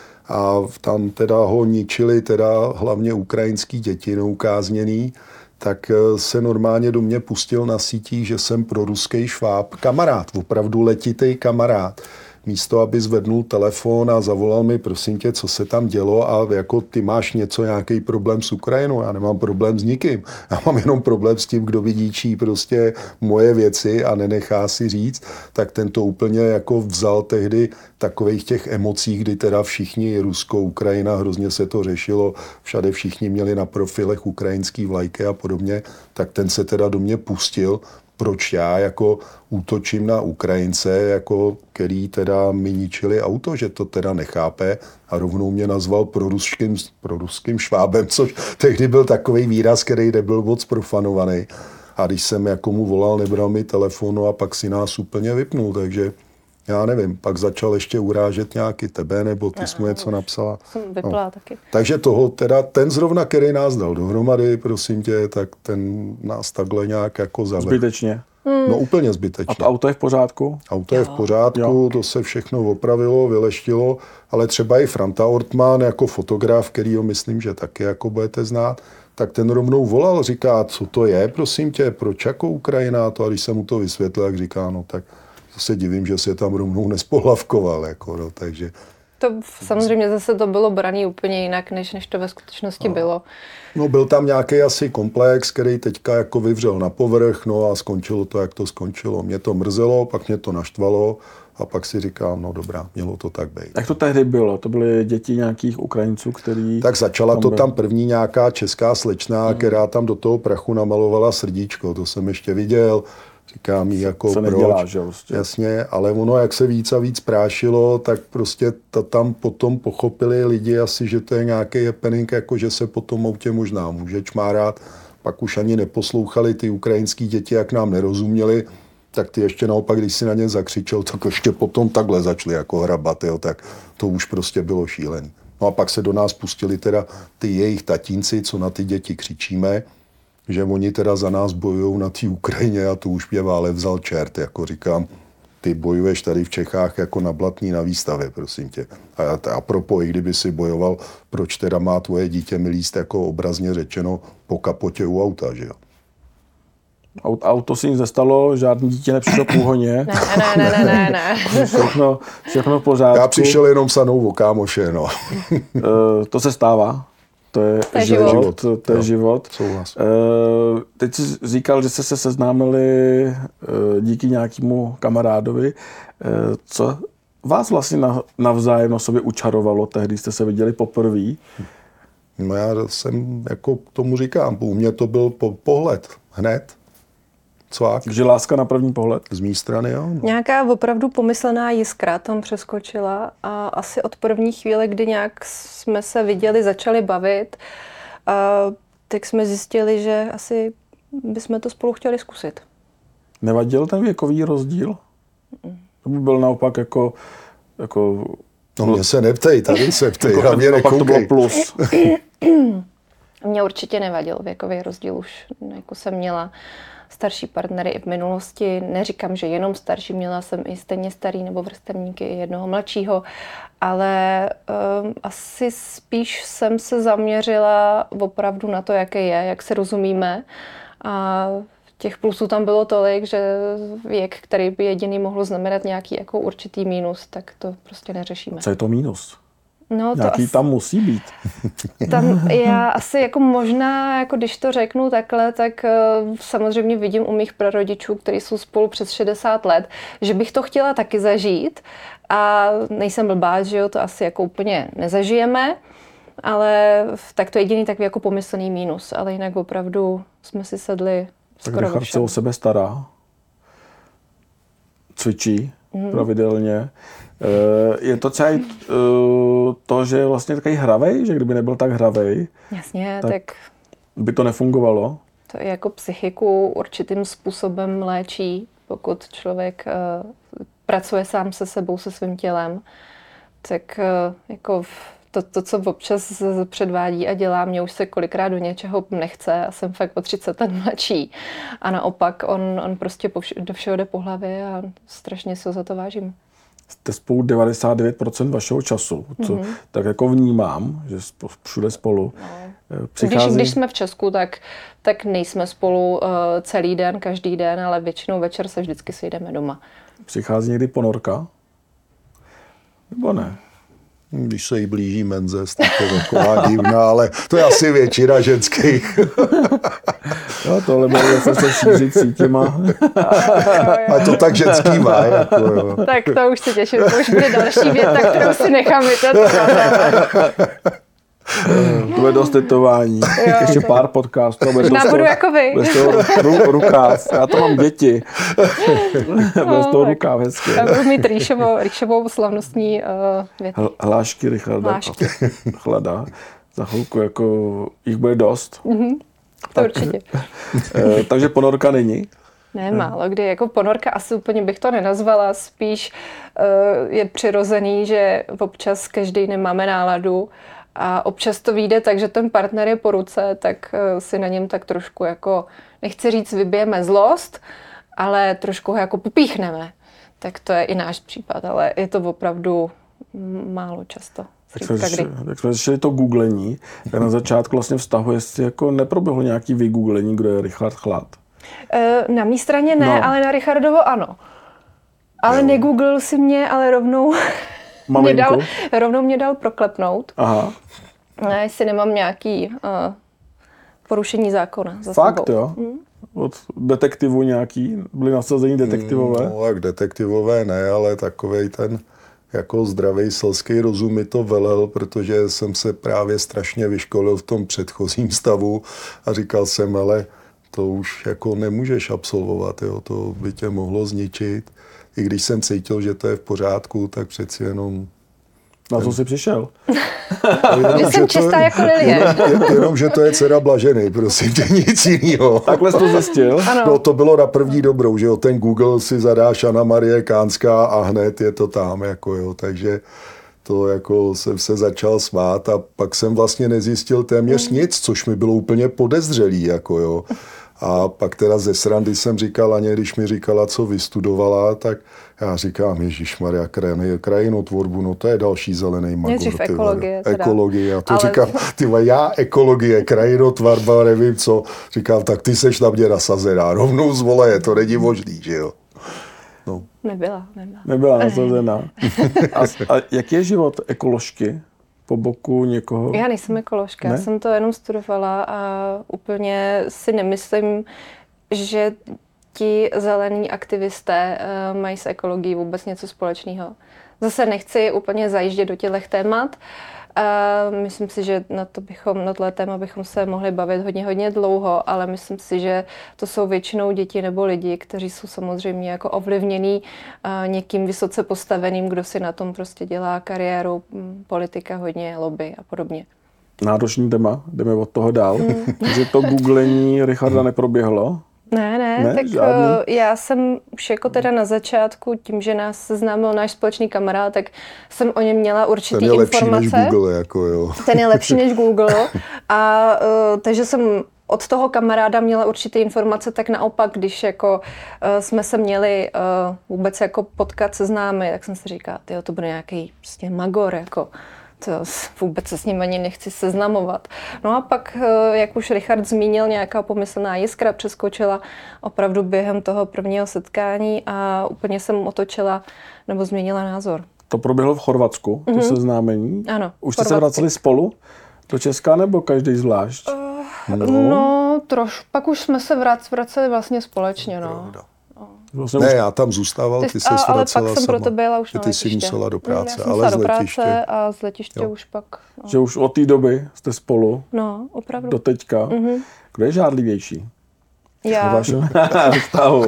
A tam teda ho ničili teda hlavně ukrajinský děti neukázněný, tak se normálně do mě pustil na sítích, že jsem proruský šváb. Kamarád, opravdu letitej kamarád. Místo, aby zvednul telefon a zavolal mi, prosím tě, co se tam dělo a jako ty máš nějaký problém s Ukrajinou, já nemám problém s nikým. Já mám jenom problém s tím, kdo vydíčí prostě moje věci a nenechá si říct, tak ten to úplně jako vzal tehdy takových těch emocí, kdy teda všichni Rusko, Ukrajina, hrozně se to řešilo, všade všichni měli na profilech ukrajinský vlajky a podobně, tak ten se teda do mě pustil, proč já jako útočím na Ukrajince, jako který teda mi ničili auto, že to teda nechápe a rovnou mě nazval proruským švábem, což tehdy byl takový výraz, který nebyl moc profanovaný. A když jsem jako mu volal, nebral mi telefonu a pak si nás úplně vypnul, takže já nevím, pak začal ještě urážet nějaký tebe, nebo ty jsi mu něco napsala. Jsem vypla taky. Takže toho teda, ten zrovna, který nás dal dohromady, prosím tě, tak ten nás takhle nějak jako zavedl. Zbytečně? No úplně zbytečně. A to auto je v pořádku? Auto je v pořádku, to se všechno opravilo, vyleštilo, ale třeba i Franta Ortmann jako fotograf, kterýho myslím, že taky jako budete znát, tak ten rovnou volal, říká, co to je, prosím tě, proč jako Ukrajina to, a když jsem mu to vysvětlil, tak říká, no tak se divím, že se tam rovnou nespohlavkoval, jako, no, takže To samozřejmě zase to bylo brané úplně jinak, než to ve skutečnosti bylo. No byl tam nějaký asi komplex, který teďka jako vyvřel na povrch, no a skončilo to, jak to skončilo. Mě to mrzelo, pak mě to naštvalo a pak si říkám, no dobrá, mělo to tak být. Jak to tehdy bylo? To byly děti nějakých Ukrajinců, který... Tak začala to tam první nějaká česká slečna, která tam do toho prachu namalovala srdíčko, to jsem ještě viděl. Říkám jí jako se proč, nedělá, že vlastně. Jasně, ale ono, jak se víc a víc prášilo, tak prostě tam potom pochopili lidi asi, že to je nějaký happening, jako že se po tom autě možná může čmárat, pak už ani neposlouchali ty ukrajinský děti, jak nám nerozuměli, tak ty ještě naopak, když si na ně zakřičel, tak ještě potom takhle začali jako hrabat, jo, tak to už prostě bylo šílený. No a pak se do nás pustili teda ty jejich tatínci, co na ty děti křičíme, že oni teda za nás bojujou na té Ukrajině a to už mě vále vzal čert, jako říkám, ty bojuješ tady v Čechách jako na Blatný na výstavě, prosím tě. A propos, i kdyby si bojoval, proč teda má tvoje dítě mi líst jako obrazně řečeno po kapotě u auta, že jo? Auto si nic nestalo, žádný dítě nepřišlo k úhoně. Ne. Všechno v pořádku. Já přišel jenom sanou o kámoše, no. To se stává. To je život. To je život. Souhlas. Teď jsi říkal, že jste se seznámili díky nějakému kamarádovi. Co vás vlastně navzájem na sobě učarovalo tehdy, jste se viděli poprvé? No já jsem, jako tomu říkám, u mě to byl pohled hned. Cvák. Takže láska na první pohled? Z mé strany, jo. No. Nějaká opravdu pomyslená jiskra tam přeskočila a asi od první chvíle, kdy nějak jsme se viděli, začali bavit, tak jsme zjistili, že asi bychom to spolu chtěli zkusit. Nevadil ten věkový rozdíl? To by byl naopak jako No mě se neptej, tady se ptej, na mě naopak to bylo nekoukej. plus. Mně určitě nevadil věkový rozdíl, už jako jsem měla starší partnery i v minulosti. Neříkám, že jenom starší, měla jsem i stejně starý nebo vrstevníky, i jednoho mladšího, ale asi spíš jsem se zaměřila opravdu na to, jaké je, jak se rozumíme. A těch plusů tam bylo tolik, že věk, který by jediný mohl znamenat nějaký jako určitý mínus, tak to prostě neřešíme. Co je to mínus? No, Nějaký tam musí být. Tam já asi jako možná, jako když to řeknu takhle, tak samozřejmě vidím u mých prarodičů, kteří jsou spolu přes 60 let, že bych to chtěla taky zažít a nejsem blbá, že jo, to asi jako úplně nezažijeme, ale tak to je jediný takový jako pomyslný mínus, ale jinak opravdu jsme si sedli Tak skoro Richard se o sebe stará, cvičí pravidelně. Je to celý to, že je vlastně takový hravej, že kdyby nebyl tak hravej, Jasně, tak tak by to nefungovalo. to je jako psychiku určitým způsobem léčí, pokud člověk pracuje sám se sebou, se svým tělem, tak jako to, co občas předvádí a dělá, mě už se kolikrát do něčeho nechce a jsem fakt o 30 let mladší. A naopak on prostě do všeho jde po hlavě a strašně si ho za to vážím. Jste spolu 99% vašeho času, co tak jako vnímám, že všude spolu. Když jsme v Česku, tak nejsme spolu celý den, každý den, ale většinou večer se vždycky sejdeme doma. Přichází někdy ponorka? Nebo ne? Když se jí blíží menzes, tak je taková divná, ale to je asi většina ženských. No, tohle bude se šířit sítěma. A to tak ženský má. Jako, jo. Tak to už se těším, to už bude další věta, kterou si nechám To bude dost tetování. Ještě pár podcastů. Já budu jako vy. Bez toho rukáv. Já to mám děti. Bez toho rukáv hezky. Já budu mít rýšovou slavnostní větu. Hlášky Richarda Chlada. Za chvilku jako jich bude dost. To určitě. Takže ponorka není? Ne, málo kdy. Jako ponorka asi úplně bych to nenazvala. Spíš je přirozený, že občas každý nemáme náladu a občas to vyjde tak, že ten partner je po ruce, tak si na něm tak trošku jako, nechci říct, vybijeme zlost, ale trošku ho jako popíchneme. Tak to je i náš případ, ale je to opravdu málo často. Tak jsme řešili to googlení. Tak na začátku vlastně vztahu, jestli jako neproběhlo nějaký vygooglení, kdo je Richard Chlad. Na mé straně ne, ale na Richardovo ano. Ale negooglil si mě, ale rovnou Malinku? Rovnou mě dal proklepnout. Aha. Jestli nemám nějaký porušení zákona za Fakt, sebou. jo? Od detektivů nějaký? Byli nasazení detektivové? No, tak detektivové ne, ale takovej ten jako zdravý selský rozum mi to velel, protože jsem se právě strašně vyškolil v tom předchozím stavu a říkal jsem, ale to už jako nemůžeš absolvovat, jo? To by tě mohlo zničit. I když jsem cítil, že to je v pořádku, tak přeci jenom... Na co jsi přišel? Že jsem čistá jako lilie. Jenom, že to je dcera Blaženy, prosím tě, nic jinýho. Takhle jsi to zjistil? Ano. No to bylo na první dobrou, že jo, ten Google si zadáš Anna Marie Kánská a hned je to tam, jako jo, takže to jako jsem se začal smát a pak jsem vlastně nezjistil téměř nic, což mi bylo úplně podezřelý, jako jo. A pak teda ze srandy jsem říkal Aně, když mi říkala, co vystudovala, tak já říkám, ježišmarja, krajinotvorbu, no to je další zelený magor. Nejdřív ekologie. Ekologie, já to ale... říkám, já ekologie, krajinotvarba, nevím co. Říkám, tak ty seš na mě nasazená, rovnou z voleje, to není možný, že jo. No. Nebyla. Nasazená. A jaký je život ekoložky? Po boku někoho? Já nejsem ekoložka, já jsem to jenom studovala a úplně si nemyslím, že ti zelení aktivisté mají s ekologií vůbec něco společného. Zase nechci úplně zajíždět do těchto témat. Myslím si, že na tohle téma bychom se mohli bavit hodně dlouho, ale myslím si, že to jsou většinou děti nebo lidi, kteří jsou samozřejmě jako ovlivnění někým vysoce postaveným, kdo si na tom prostě dělá kariéru, politika, hodně lobby a podobně. Náročný téma, jdeme od toho dál. Že to googlení Richarda neproběhlo? Ne, tak já jsem už jako teda na začátku, tím, že nás seznámil náš společný kamarád, tak jsem o něm měla určitý informace. Ten je lepší než Google, jako jo. Ten je lepší než Google. A takže jsem od toho kamaráda měla určité informace, tak naopak, když jako jsme se měli vůbec jako potkat, seznámit, tak jsem si říkala, tyjo, to bude nějaký prostě magor, jako to vůbec se s ním ani nechci seznamovat. No a pak, jak už Richard zmínil, nějaká pomyslná jiskra přeskočila opravdu během toho prvního setkání a úplně jsem otočila nebo změnila názor. To proběhlo v Chorvatsku, to seznámení? Ano. Už jste se vraceli spolu do Česka nebo každý zvlášť? No, pak už jsme se vraceli vlastně společně, no. Vlastně ne, já tam zůstával, ty se vracela ale pak jsem proto byla už na ty letiště. Ty jsi musela do práce, já jsem ale z do letiště. Práce a z letiště už pak. No. Že už od té doby jste spolu? No, opravdu. Do teďka. Kdo je žádlivější? Já. V vašem vztahu.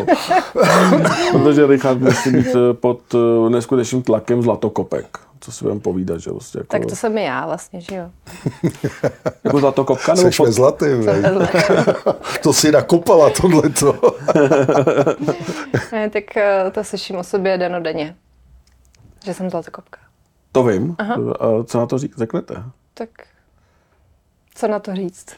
Protože Richard musí být pod neskutečným tlakem zlatokopek. Co si budeme povídat, že vlastně jako... Tak to jsem i já vlastně, že jo. Jako zlatokopka? Nebo Seš ve zlatým, to si nakopala tohleto. Ne, tak to slyším o sobě dennodenně, že jsem zlatokopka. To vím. Aha. Co na to řeknete? Tak co na to říct?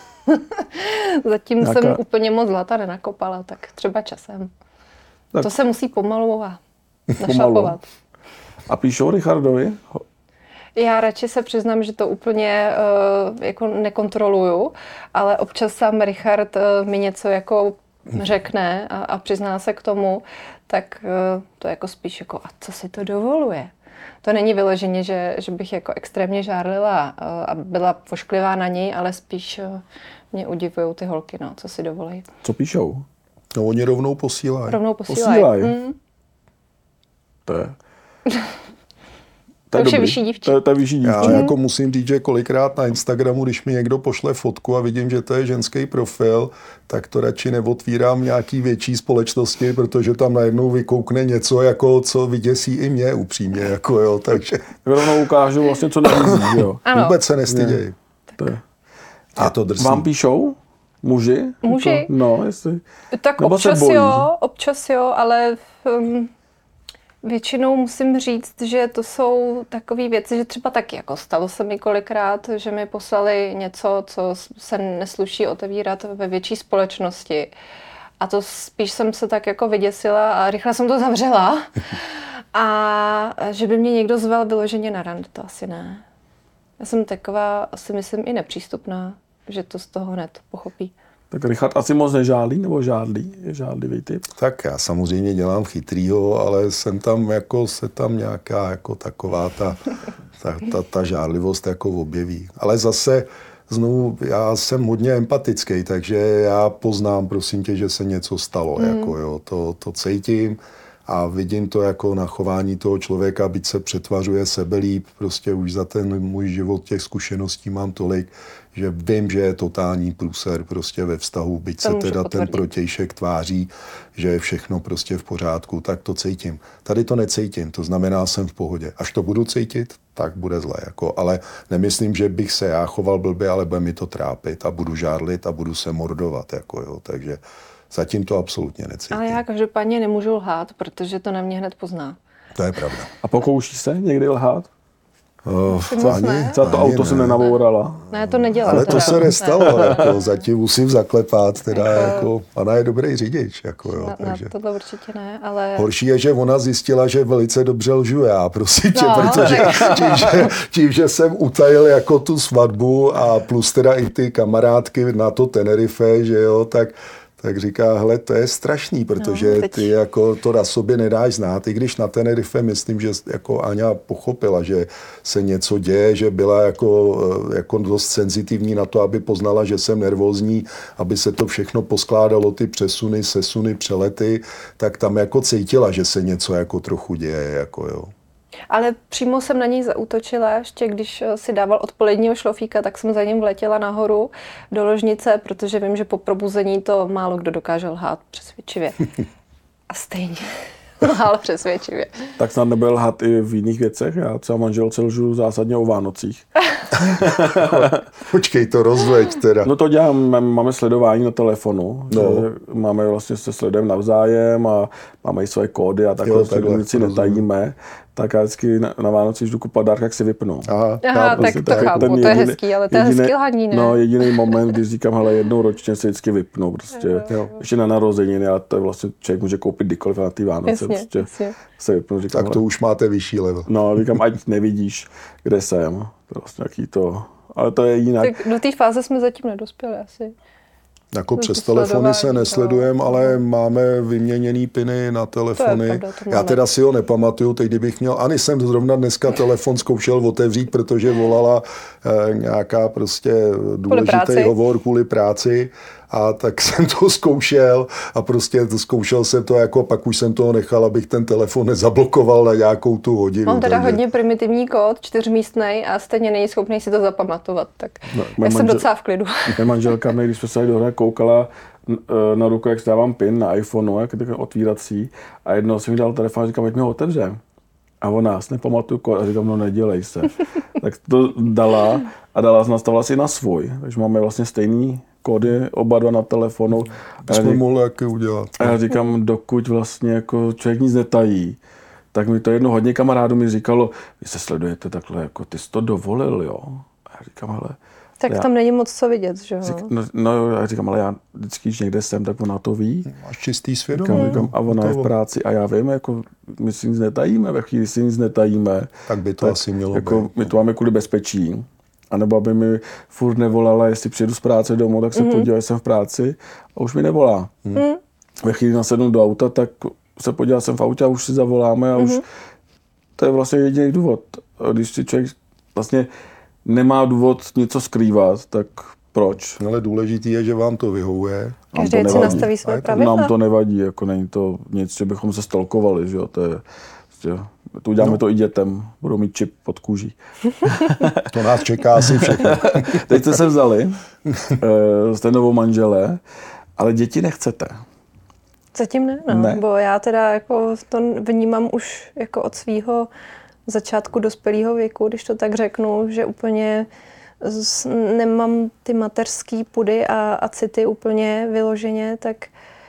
Zatím jsem úplně moc zlata nenakopala, tak třeba časem. Tak. To se musí pomalu a našlapovat. A píšou Richardovi? Já radši se přiznám, že to úplně jako nekontroluju, ale občas sám Richard mi něco jako řekne a přizná se k tomu, tak to jako spíš jako, a co si to dovoluje? To není vyloženě, že bych jako extrémně žárlila a byla pošklivá na něj, ale spíš mě udivují ty holky, no, co si dovolí. Co píšou? No, oni rovnou posílají. Posílají. To už je vyšší dívčí. To je vyšší dívčí. Já jako musím říct, že kolikrát na Instagramu, když mi někdo pošle fotku a vidím, že to je ženský profil, tak to radši neotvírám nějaký větší společnosti, protože tam najednou vykoukne něco, jako co vyděsí i mě upřímně. Jako, jo, takže... Rovnou ukážu vlastně, co nabízí. Jo. Vůbec se nestyděj. A to drsný. Vám píšou? Muži? Muži? No, jestli... Tak občas jo, ale... Většinou musím říct, že to jsou takové věci, že třeba taky jako stalo se mi kolikrát, že mi poslali něco, co se nesluší otevírat ve větší společnosti. A to spíš jsem se tak jako vyděsila a rychle jsem to zavřela. A že by mě někdo zval vyloženě na rande, to asi ne. Já jsem taková, asi myslím, i nepřístupná, že to z toho hned pochopí. Tak Richard asi moc nežádlí, nebo žádlí? Je žádlivý typ? Tak já samozřejmě dělám chytrýho, ale se tam nějaká jako taková ta žárlivost jako objeví. Ale zase znovu, já jsem hodně empatický, takže já poznám, prosím tě, že se něco stalo. Jako, jo, to cítím a vidím to jako na chování toho člověka, byť se přetvařuje sebelíp, prostě už za ten můj život těch zkušeností mám tolik, že vím, že je totální průser prostě ve vztahu, byť se teda ten protějšek tváří, že je všechno prostě v pořádku, tak to cítím. Tady to necítím, to znamená, jsem v pohodě. Až to budu cítit, tak bude zle. Jako, ale nemyslím, že bych se já choval blbě, ale bude mi to trápit a budu žárlit a budu se mordovat. Jako, jo, takže zatím to absolutně necítím. Ale já každopádně nemůžu lhát, protože to na mě hned pozná. To je pravda. A pokouší se někdy lhát? Třeba to auto jsem nenabourala. Ne, to nedělám. Ale to se nestalo. Jako, zatím musím zaklepat. Teda, jako, ona je dobrý řidič. Jako, jo, takže. Na to určitě ne, ale... Horší je, že ona zjistila, že velice dobře lžu já, prosím tě, protože tím, že jsem utajil jako tu svatbu a plus teda i ty kamarádky na to Tenerife, že jo, tak říká, hele, to je strašný, protože ty jako to na sobě nedáš znát, i když na Tenerife myslím, že jako Aňa pochopila, že se něco děje, že byla jako dost senzitivní na to, aby poznala, že jsem nervózní, aby se to všechno poskládalo, ty přesuny, sesuny, přelety, tak tam jako cítila, že se něco jako trochu děje, jako jo. Ale přímo jsem na něj zaútočila, ještě když si dával odpoledního šlofíka, tak jsem za ním vletěla nahoru do ložnice, protože vím, že po probuzení to málo kdo dokáže lhát přesvědčivě. A stejně lhal přesvědčivě. Tak snad nebyl lhát i v jiných věcech? Já třeba manželce lžu zásadně o Vánocích. Počkej, to rozveď teda. No to dělám, máme sledování na telefonu. No. Máme vlastně se sledujeme navzájem a máme i své kódy a takhle nic si netajíme. Tak já vždycky na Vánoci, když jdu kupovat dárky, jak si vypnu. Aha, tak to chápu, to je hezký, ale to je hezký lhaní, ne? No, jediný moment, když říkám, hele, jednou ročně si vždycky vypnu, prostě. Ještě na narozeniny, ale to je vlastně, člověk může koupit kdykoliv na ty Vánoce, jasně. se vypnu. Říkám, tak to už máte vyšší level. No, říkám, ať nevidíš, kde jsem. To vlastně jaký to, ale to je jinak. Tak do té fáze jsme zatím nedospěli asi. Jako přes telefony se nesledujeme, ale máme vyměněný piny na telefony. Já teda si ho nepamatuju, teď kdybych měl, ani jsem zrovna dneska telefon zkoušel otevřít, protože volala nějaká prostě důležitý hovor kvůli práci. A tak jsem to zkoušel a prostě zkoušel jsem to jako, pak už jsem toho nechal, abych ten telefon nezablokoval na nějakou tu hodinu. Mám teda hodně primitivní kód, 4místnej a stejně není schopný si to zapamatovat, tak já jsem docela v klidu. Moje manželka mě, když jsme se dohrát, koukala na ruku, jak dávám pin na iPhoneu, jak je takový otvírací a jednou jsem mi dal telefon a říkám, ať mi ho otevře. A ona, nepamatuju kód a říkám, no nedělej se. Tak to dala a nastavila si na svůj, takže máme vlastně stejný kódy, oba dva na telefonu. Jsme mohli jaké udělat. A já říkám, dokud vlastně jako člověk nic netají, tak mi to jedno hodně kamarádů mi říkalo, vy se sledujete takhle, jako ty jsi to dovolil, jo? A já říkám, hele. Tak tam není moc co vidět, že jo? No, já říkám, ale já vždycky, když někde jsem, tak ona to ví. Máš čistý svědomí. Říkám, a ona je v práci a já vím, jako my si nic netajíme, ve chvíli si nic netajíme. Tak by to asi mělo jako, být. My to máme kvůli bezpečí. A nebo aby mi furt nevolala, jestli přijedu z práce domů, tak se podívám, jsem v práci a už mi nevolá. Ve chvíli nasednu do auta, tak se podívám, jsem v autě a už si zavoláme a už to je vlastně jediný důvod. A když si člověk vlastně nemá důvod něco skrývat, tak proč? Ale důležitý je, že vám to vyhovuje. Každý si nastaví své pravidla. Nám to nevadí, jako není to nic, že bychom se stalkovali, že jo, to je to uděláme to i dětem, budou mít čip pod kůží. To nás čeká asi všechno. Teď jste se vzali, jste novou manželé, ale děti nechcete. Zatím ne, bo já teda jako to vnímám už jako od svého začátku dospělého věku, když to tak řeknu, že úplně nemám ty mateřský pudy a city úplně vyloženě, tak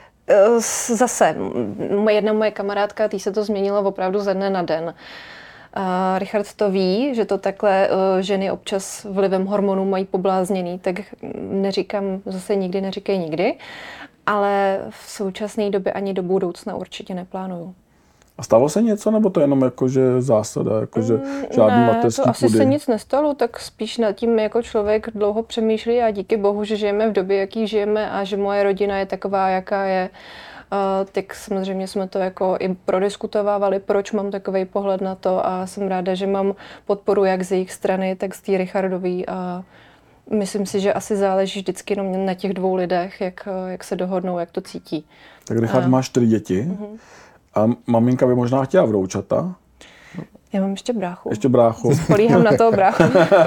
zase jedna moje kamarádka, tý se to změnilo opravdu ze dne na den. Richard to ví, že to takhle ženy občas vlivem hormonů mají poblázněný, tak neříkám zase nikdy, neříkej nikdy, ale v současné době ani do budoucna určitě neplánuju. A stalo se něco, nebo to je jenom jakože zásada, jakože žádný mateřský to asi pudy? se nic nestalo, tak spíš nad tím jako člověk dlouho přemýšlí a díky bohu, že žijeme v době, jaký žijeme a že moje rodina je taková, jaká je. Tak samozřejmě jsme to jako i prodiskutovávali, proč mám takovej pohled na to a jsem ráda, že mám podporu jak z jejich strany, tak z té Richardový a myslím si, že asi záleží vždycky jenom na těch dvou lidech, jak se dohodnou, jak to cítí. Tak Richard má 4 děti a maminka by možná chtěla vnoučata. Já mám ještě bráchu. Ještě bráchu. Spolíhám na toho bráchu.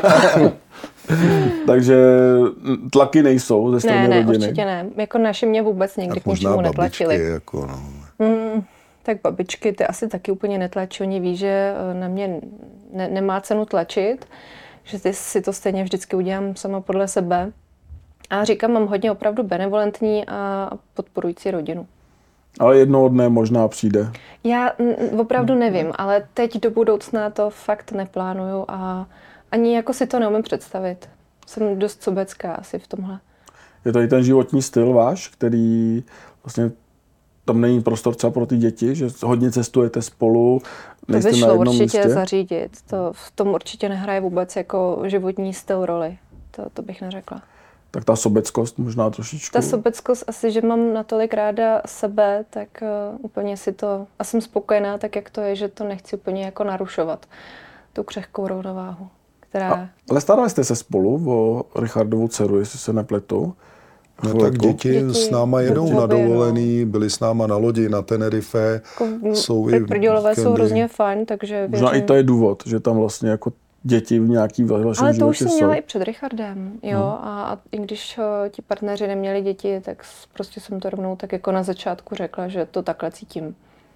Takže tlaky nejsou ze strany ne, rodiny? určitě ne. Jako naši mě vůbec nikdy Tak k ničemu možná netlačili. babičky, jako no. Tak babičky ty asi taky úplně netlačí. Oni ví, že na mě nemá cenu tlačit, že si to stejně vždycky udělám sama podle sebe. A říkám, mám hodně opravdu benevolentní a podporující rodinu. Ale jednoho dne možná přijde. Já opravdu nevím, ale teď do budoucna to fakt neplánuju a ani jako si to neumím představit. Jsem dost sobecká asi v tomhle. Je to i ten životní styl váš, který vlastně tam není prostor třeba pro ty děti, že hodně cestujete spolu, nejste to by na šlo jednom určitě místě? zařídit. To v tom určitě nehraje vůbec jako životní styl roli. To bych neřekla. Tak ta sobeckost možná trošičku. Ta sobeckost asi, že mám natolik ráda sebe, tak úplně si to... A jsem spokojená tak, jak to je, že to nechci úplně jako narušovat. Tu křehkou rovnováhu, která... Ale starali jste se spolu o Richardovu dceru, jestli se nepletu? No tak děti s náma jedou Děti, na dovolený, byli s náma na lodi na Tenerife. Jsou i Prdělové jsou víkendy. hrozně fajn, takže Možná věřím. i to je důvod, že tam vlastně jako děti v nějaký vašem Ale to už životě jsem měla jsou. i před Richardem, jo. A i když ti partneři neměli děti, tak prostě jsem to rovnou tak jako na začátku řekla, že to takhle cítím.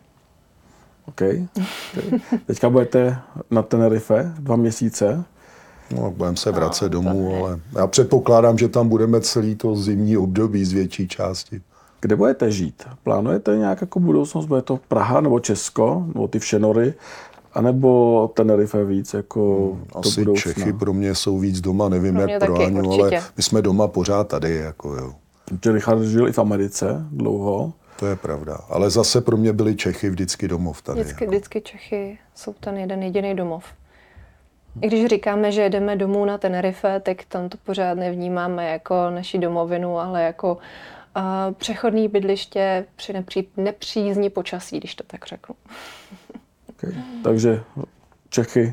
Okay. Teďka budete na Tenerife 2 měsíce. No, budeme se vracet domů, ale já předpokládám, že tam budeme celý to zimní období z větší části. Kde budete žít? Plánujete nějak jako budoucnost? Bude to Praha nebo Česko? Nebo ty Všenory? A nebo Tenerife víc jako do Asi budoucna? Čechy pro mě jsou víc doma, nevím Pro jak mě pro taky, Aňu, určitě. ale my jsme doma pořád tady, jako jo. Že Richard žil i v Americe dlouho. To je pravda. Ale zase pro mě byli Čechy vždycky domov tady. Vždycky Čechy jsou ten jeden jediný domov. I když říkáme, že jedeme domů na Tenerife, tak tam to pořád nevnímáme jako naši domovinu, ale jako přechodné bydliště při nepřízni počasí, když to tak řeknu. Okay. Takže Čechy.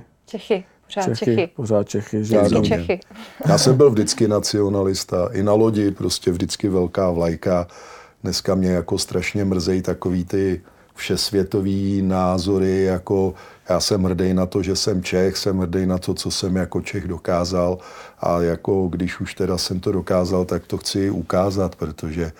Pořád Čechy. Vždycky Čechy. Já jsem byl vždycky nacionalista. I na lodi prostě vždycky velká vlajka. Dneska mě jako strašně mrzejí takový ty všesvětový názory, jako já jsem hrdý na to, že jsem Čech, jsem hrdý na to, co jsem jako Čech dokázal a jako když už teda jsem to dokázal, tak to chci ukázat, protože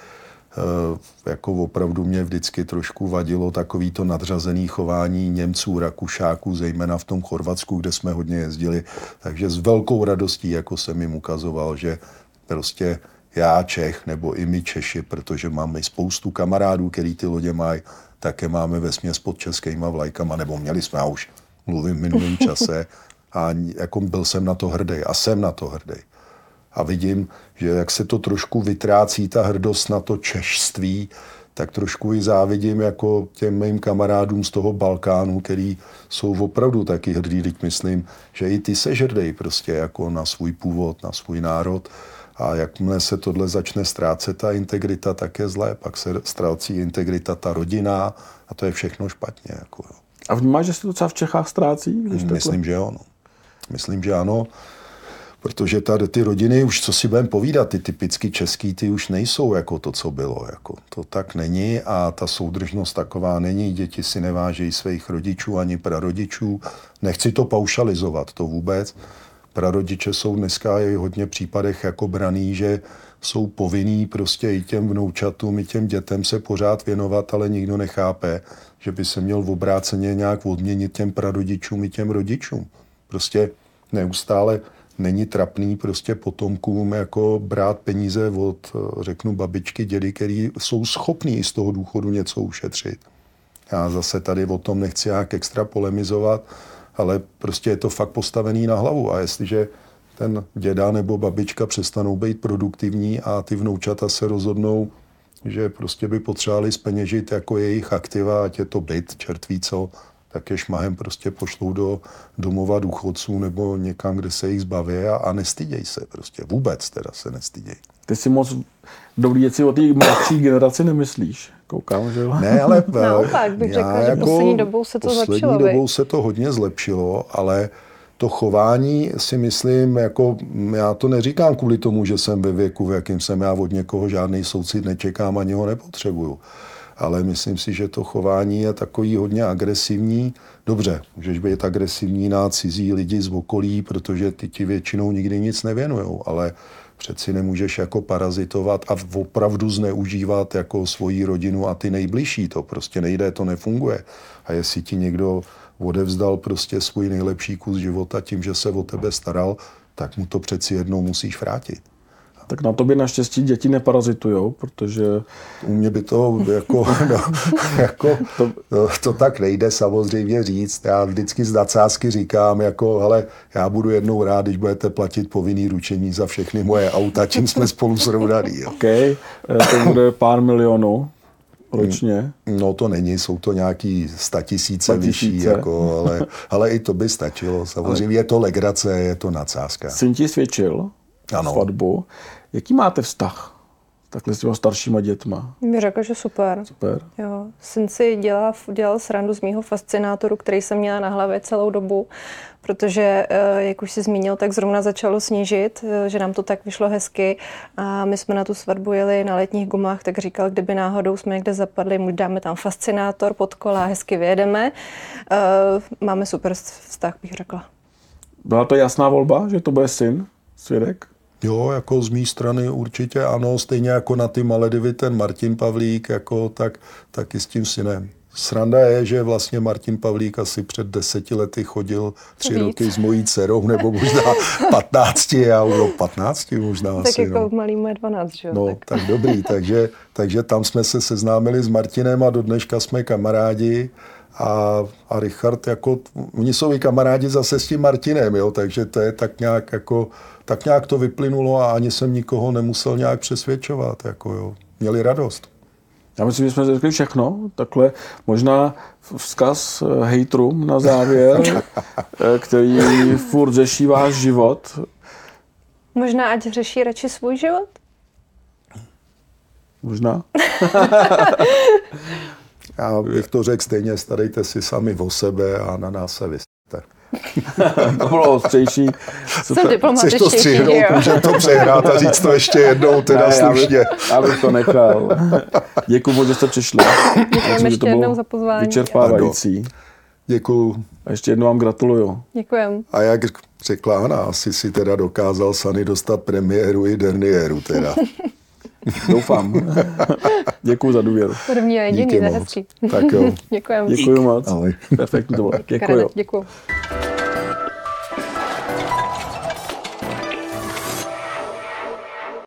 jako opravdu mě vždycky trošku vadilo takový to nadřazený chování Němců, Rakušáků, zejména v tom Chorvatsku, kde jsme hodně jezdili, takže s velkou radostí jako jsem jim ukazoval, že prostě já Čech, nebo i my Češi, protože máme spoustu kamarádů, který ty lodě mají, také máme vesměs pod českýma vlajkama, nebo měli jsme, já už mluvím v minulém čase, a jako byl jsem na to hrdý a jsem na to hrdý. A vidím, že jak se to trošku vytrácí, ta hrdost na to češství, tak trošku i závidím jako těm mým kamarádům z toho Balkánu, který jsou opravdu taky hrdí, teď myslím, že i ty seš hrdý prostě jako na svůj původ, na svůj národ. A jakmile se tohle začne ztrácet ta integrita, tak je zlé, pak se ztrácí integrita ta rodina a to je všechno špatně. Jako, jo. A vnímáš, že se to třeba v Čechách ztrácí? Myslím, že ano. Myslím, že ano, protože tady ty rodiny už, co si budeme povídat, ty typicky český, ty už nejsou jako to, co bylo. Jako. To tak není a ta soudržnost taková není. Děti si nevážejí svých rodičů ani prarodičů. Nechci to paušalizovat, to vůbec. Prarodiče jsou dneska i v hodně případech jako braný, že jsou povinný prostě i těm vnoučatům, i těm dětem se pořád věnovat, ale nikdo nechápe, že by se měl v obráceně nějak odměnit těm prarodičům i těm rodičům. Prostě neustále není trapný prostě potomkům jako brát peníze od, řeknu, babičky, dědy, který jsou schopní i z toho důchodu něco ušetřit. Já zase tady o tom nechci nějak extra polemizovat, ale prostě je to fakt postavený na hlavu. A jestliže ten děda nebo babička přestanou být produktivní a ty vnoučata se rozhodnou že prostě by potřebovali zpeněžit jako jejich aktiva, ať je to byt, čert ví co, tak je šmahem prostě pošlou do domova důchodců nebo někam, kde se jich zbaví a nestyděj se prostě. Vůbec teda se nestyděj. Ty si moc dobrý věci o té mladší generaci nemyslíš? Koukám, že jo? Ne, ale naopak bych řekla, že poslední dobou se to zlepšilo. Poslední dobou se to hodně zlepšilo, ale to chování si myslím, jako já to neříkám kvůli tomu, že jsem ve věku, v jakým jsem, já od někoho žádný soucit nečekám, ani ho nepotřebuju. Ale myslím si, že to chování je takový hodně agresivní. Dobře, můžeš být agresivní na cizí lidi z okolí, protože ty ti většinou nikdy nic nevěnujou, ale přeci nemůžeš jako parazitovat a opravdu zneužívat jako svoji rodinu a ty nejbližší. To prostě nejde, to nefunguje. A jestli ti někdo odevzdal prostě svůj nejlepší kus života tím, že se o tebe staral, tak mu to přeci jednou musíš vrátit. Tak na tobě naštěstí děti neparazitujou, protože... U mě by to to tak nejde samozřejmě říct. Já vždycky z nadsázky říkám, hele, já budu jednou rád, když budete platit povinný ručení za všechny moje auta, čím jsme spolu srovnaný. OK, to bude pár milionů ročně. No to není, jsou to nějaký 100 000 vyšší, ale i to by stačilo. Samozřejmě je to legrace, je to nadsázka. Syn ti svědčil svatbu. Jaký máte vztah takhle s těma staršíma dětma? Mi řekl, že super. Super. Jo. Syn si dělal srandu z mýho fascinátoru, který jsem měla na hlavě celou dobu, protože, jak už si zmínil, tak zrovna začalo snížit, že nám to tak vyšlo hezky a my jsme na tu svatbu jeli na letních gumách, tak říkal, kdyby náhodou jsme někde zapadli, mu dáme tam fascinátor pod kola, hezky vyjedeme. Máme super vztah, bych řekla. Byla to jasná volba, že to bude syn, svědek? Jo, jako z mé strany určitě ano, stejně jako na ty Maledivy ten Martin Pavlík, tak i s tím synem. Sranda je, že vlastně Martin Pavlík asi před 10 lety chodil 3 roky s mojí dcerou, nebo možná 15, já už 15 možná tak asi. Tak jako malý moje 12, že jo? No, tak dobrý, takže tam jsme se seznámili s Martinem a do dneška jsme kamarádi. A Richard, jako, oni jsou i kamarádi zase s tím Martinem, jo, takže to je tak nějak to vyplynulo a ani jsem nikoho nemusel nějak přesvědčovat, jako jo. Měli radost. Já myslím, že jsme řekli všechno, takhle možná vzkaz hejtrům na závěr, který furt řeší váš život. Možná ať řeší radši svůj život? Možná. Já bych to řekl stejně, starejte si sami o sebe a na nás se vyste. To bylo ostřejší. Jsem diplomatičtější. Chceš to střihnout, můžeme to přehrát a říct to ještě jednou, teda slušně. Já bych to nechal. Děkuji moc, že jste přišli. Děkujeme ještě jednou za pozvání. Vyčerpávající. Děkuju. A ještě jednou vám gratuluju. Děkujem. A jak řekla Hana, asi si teda dokázal Sany dostat premiéru i derniéru teda. Doufám. Děkuju za důvěru. První a jediný, to je hezký. Tak jo. Děkujem. Děkuju moc. Ahoj. Perfektní to bylo. Děkuju. Děkuju.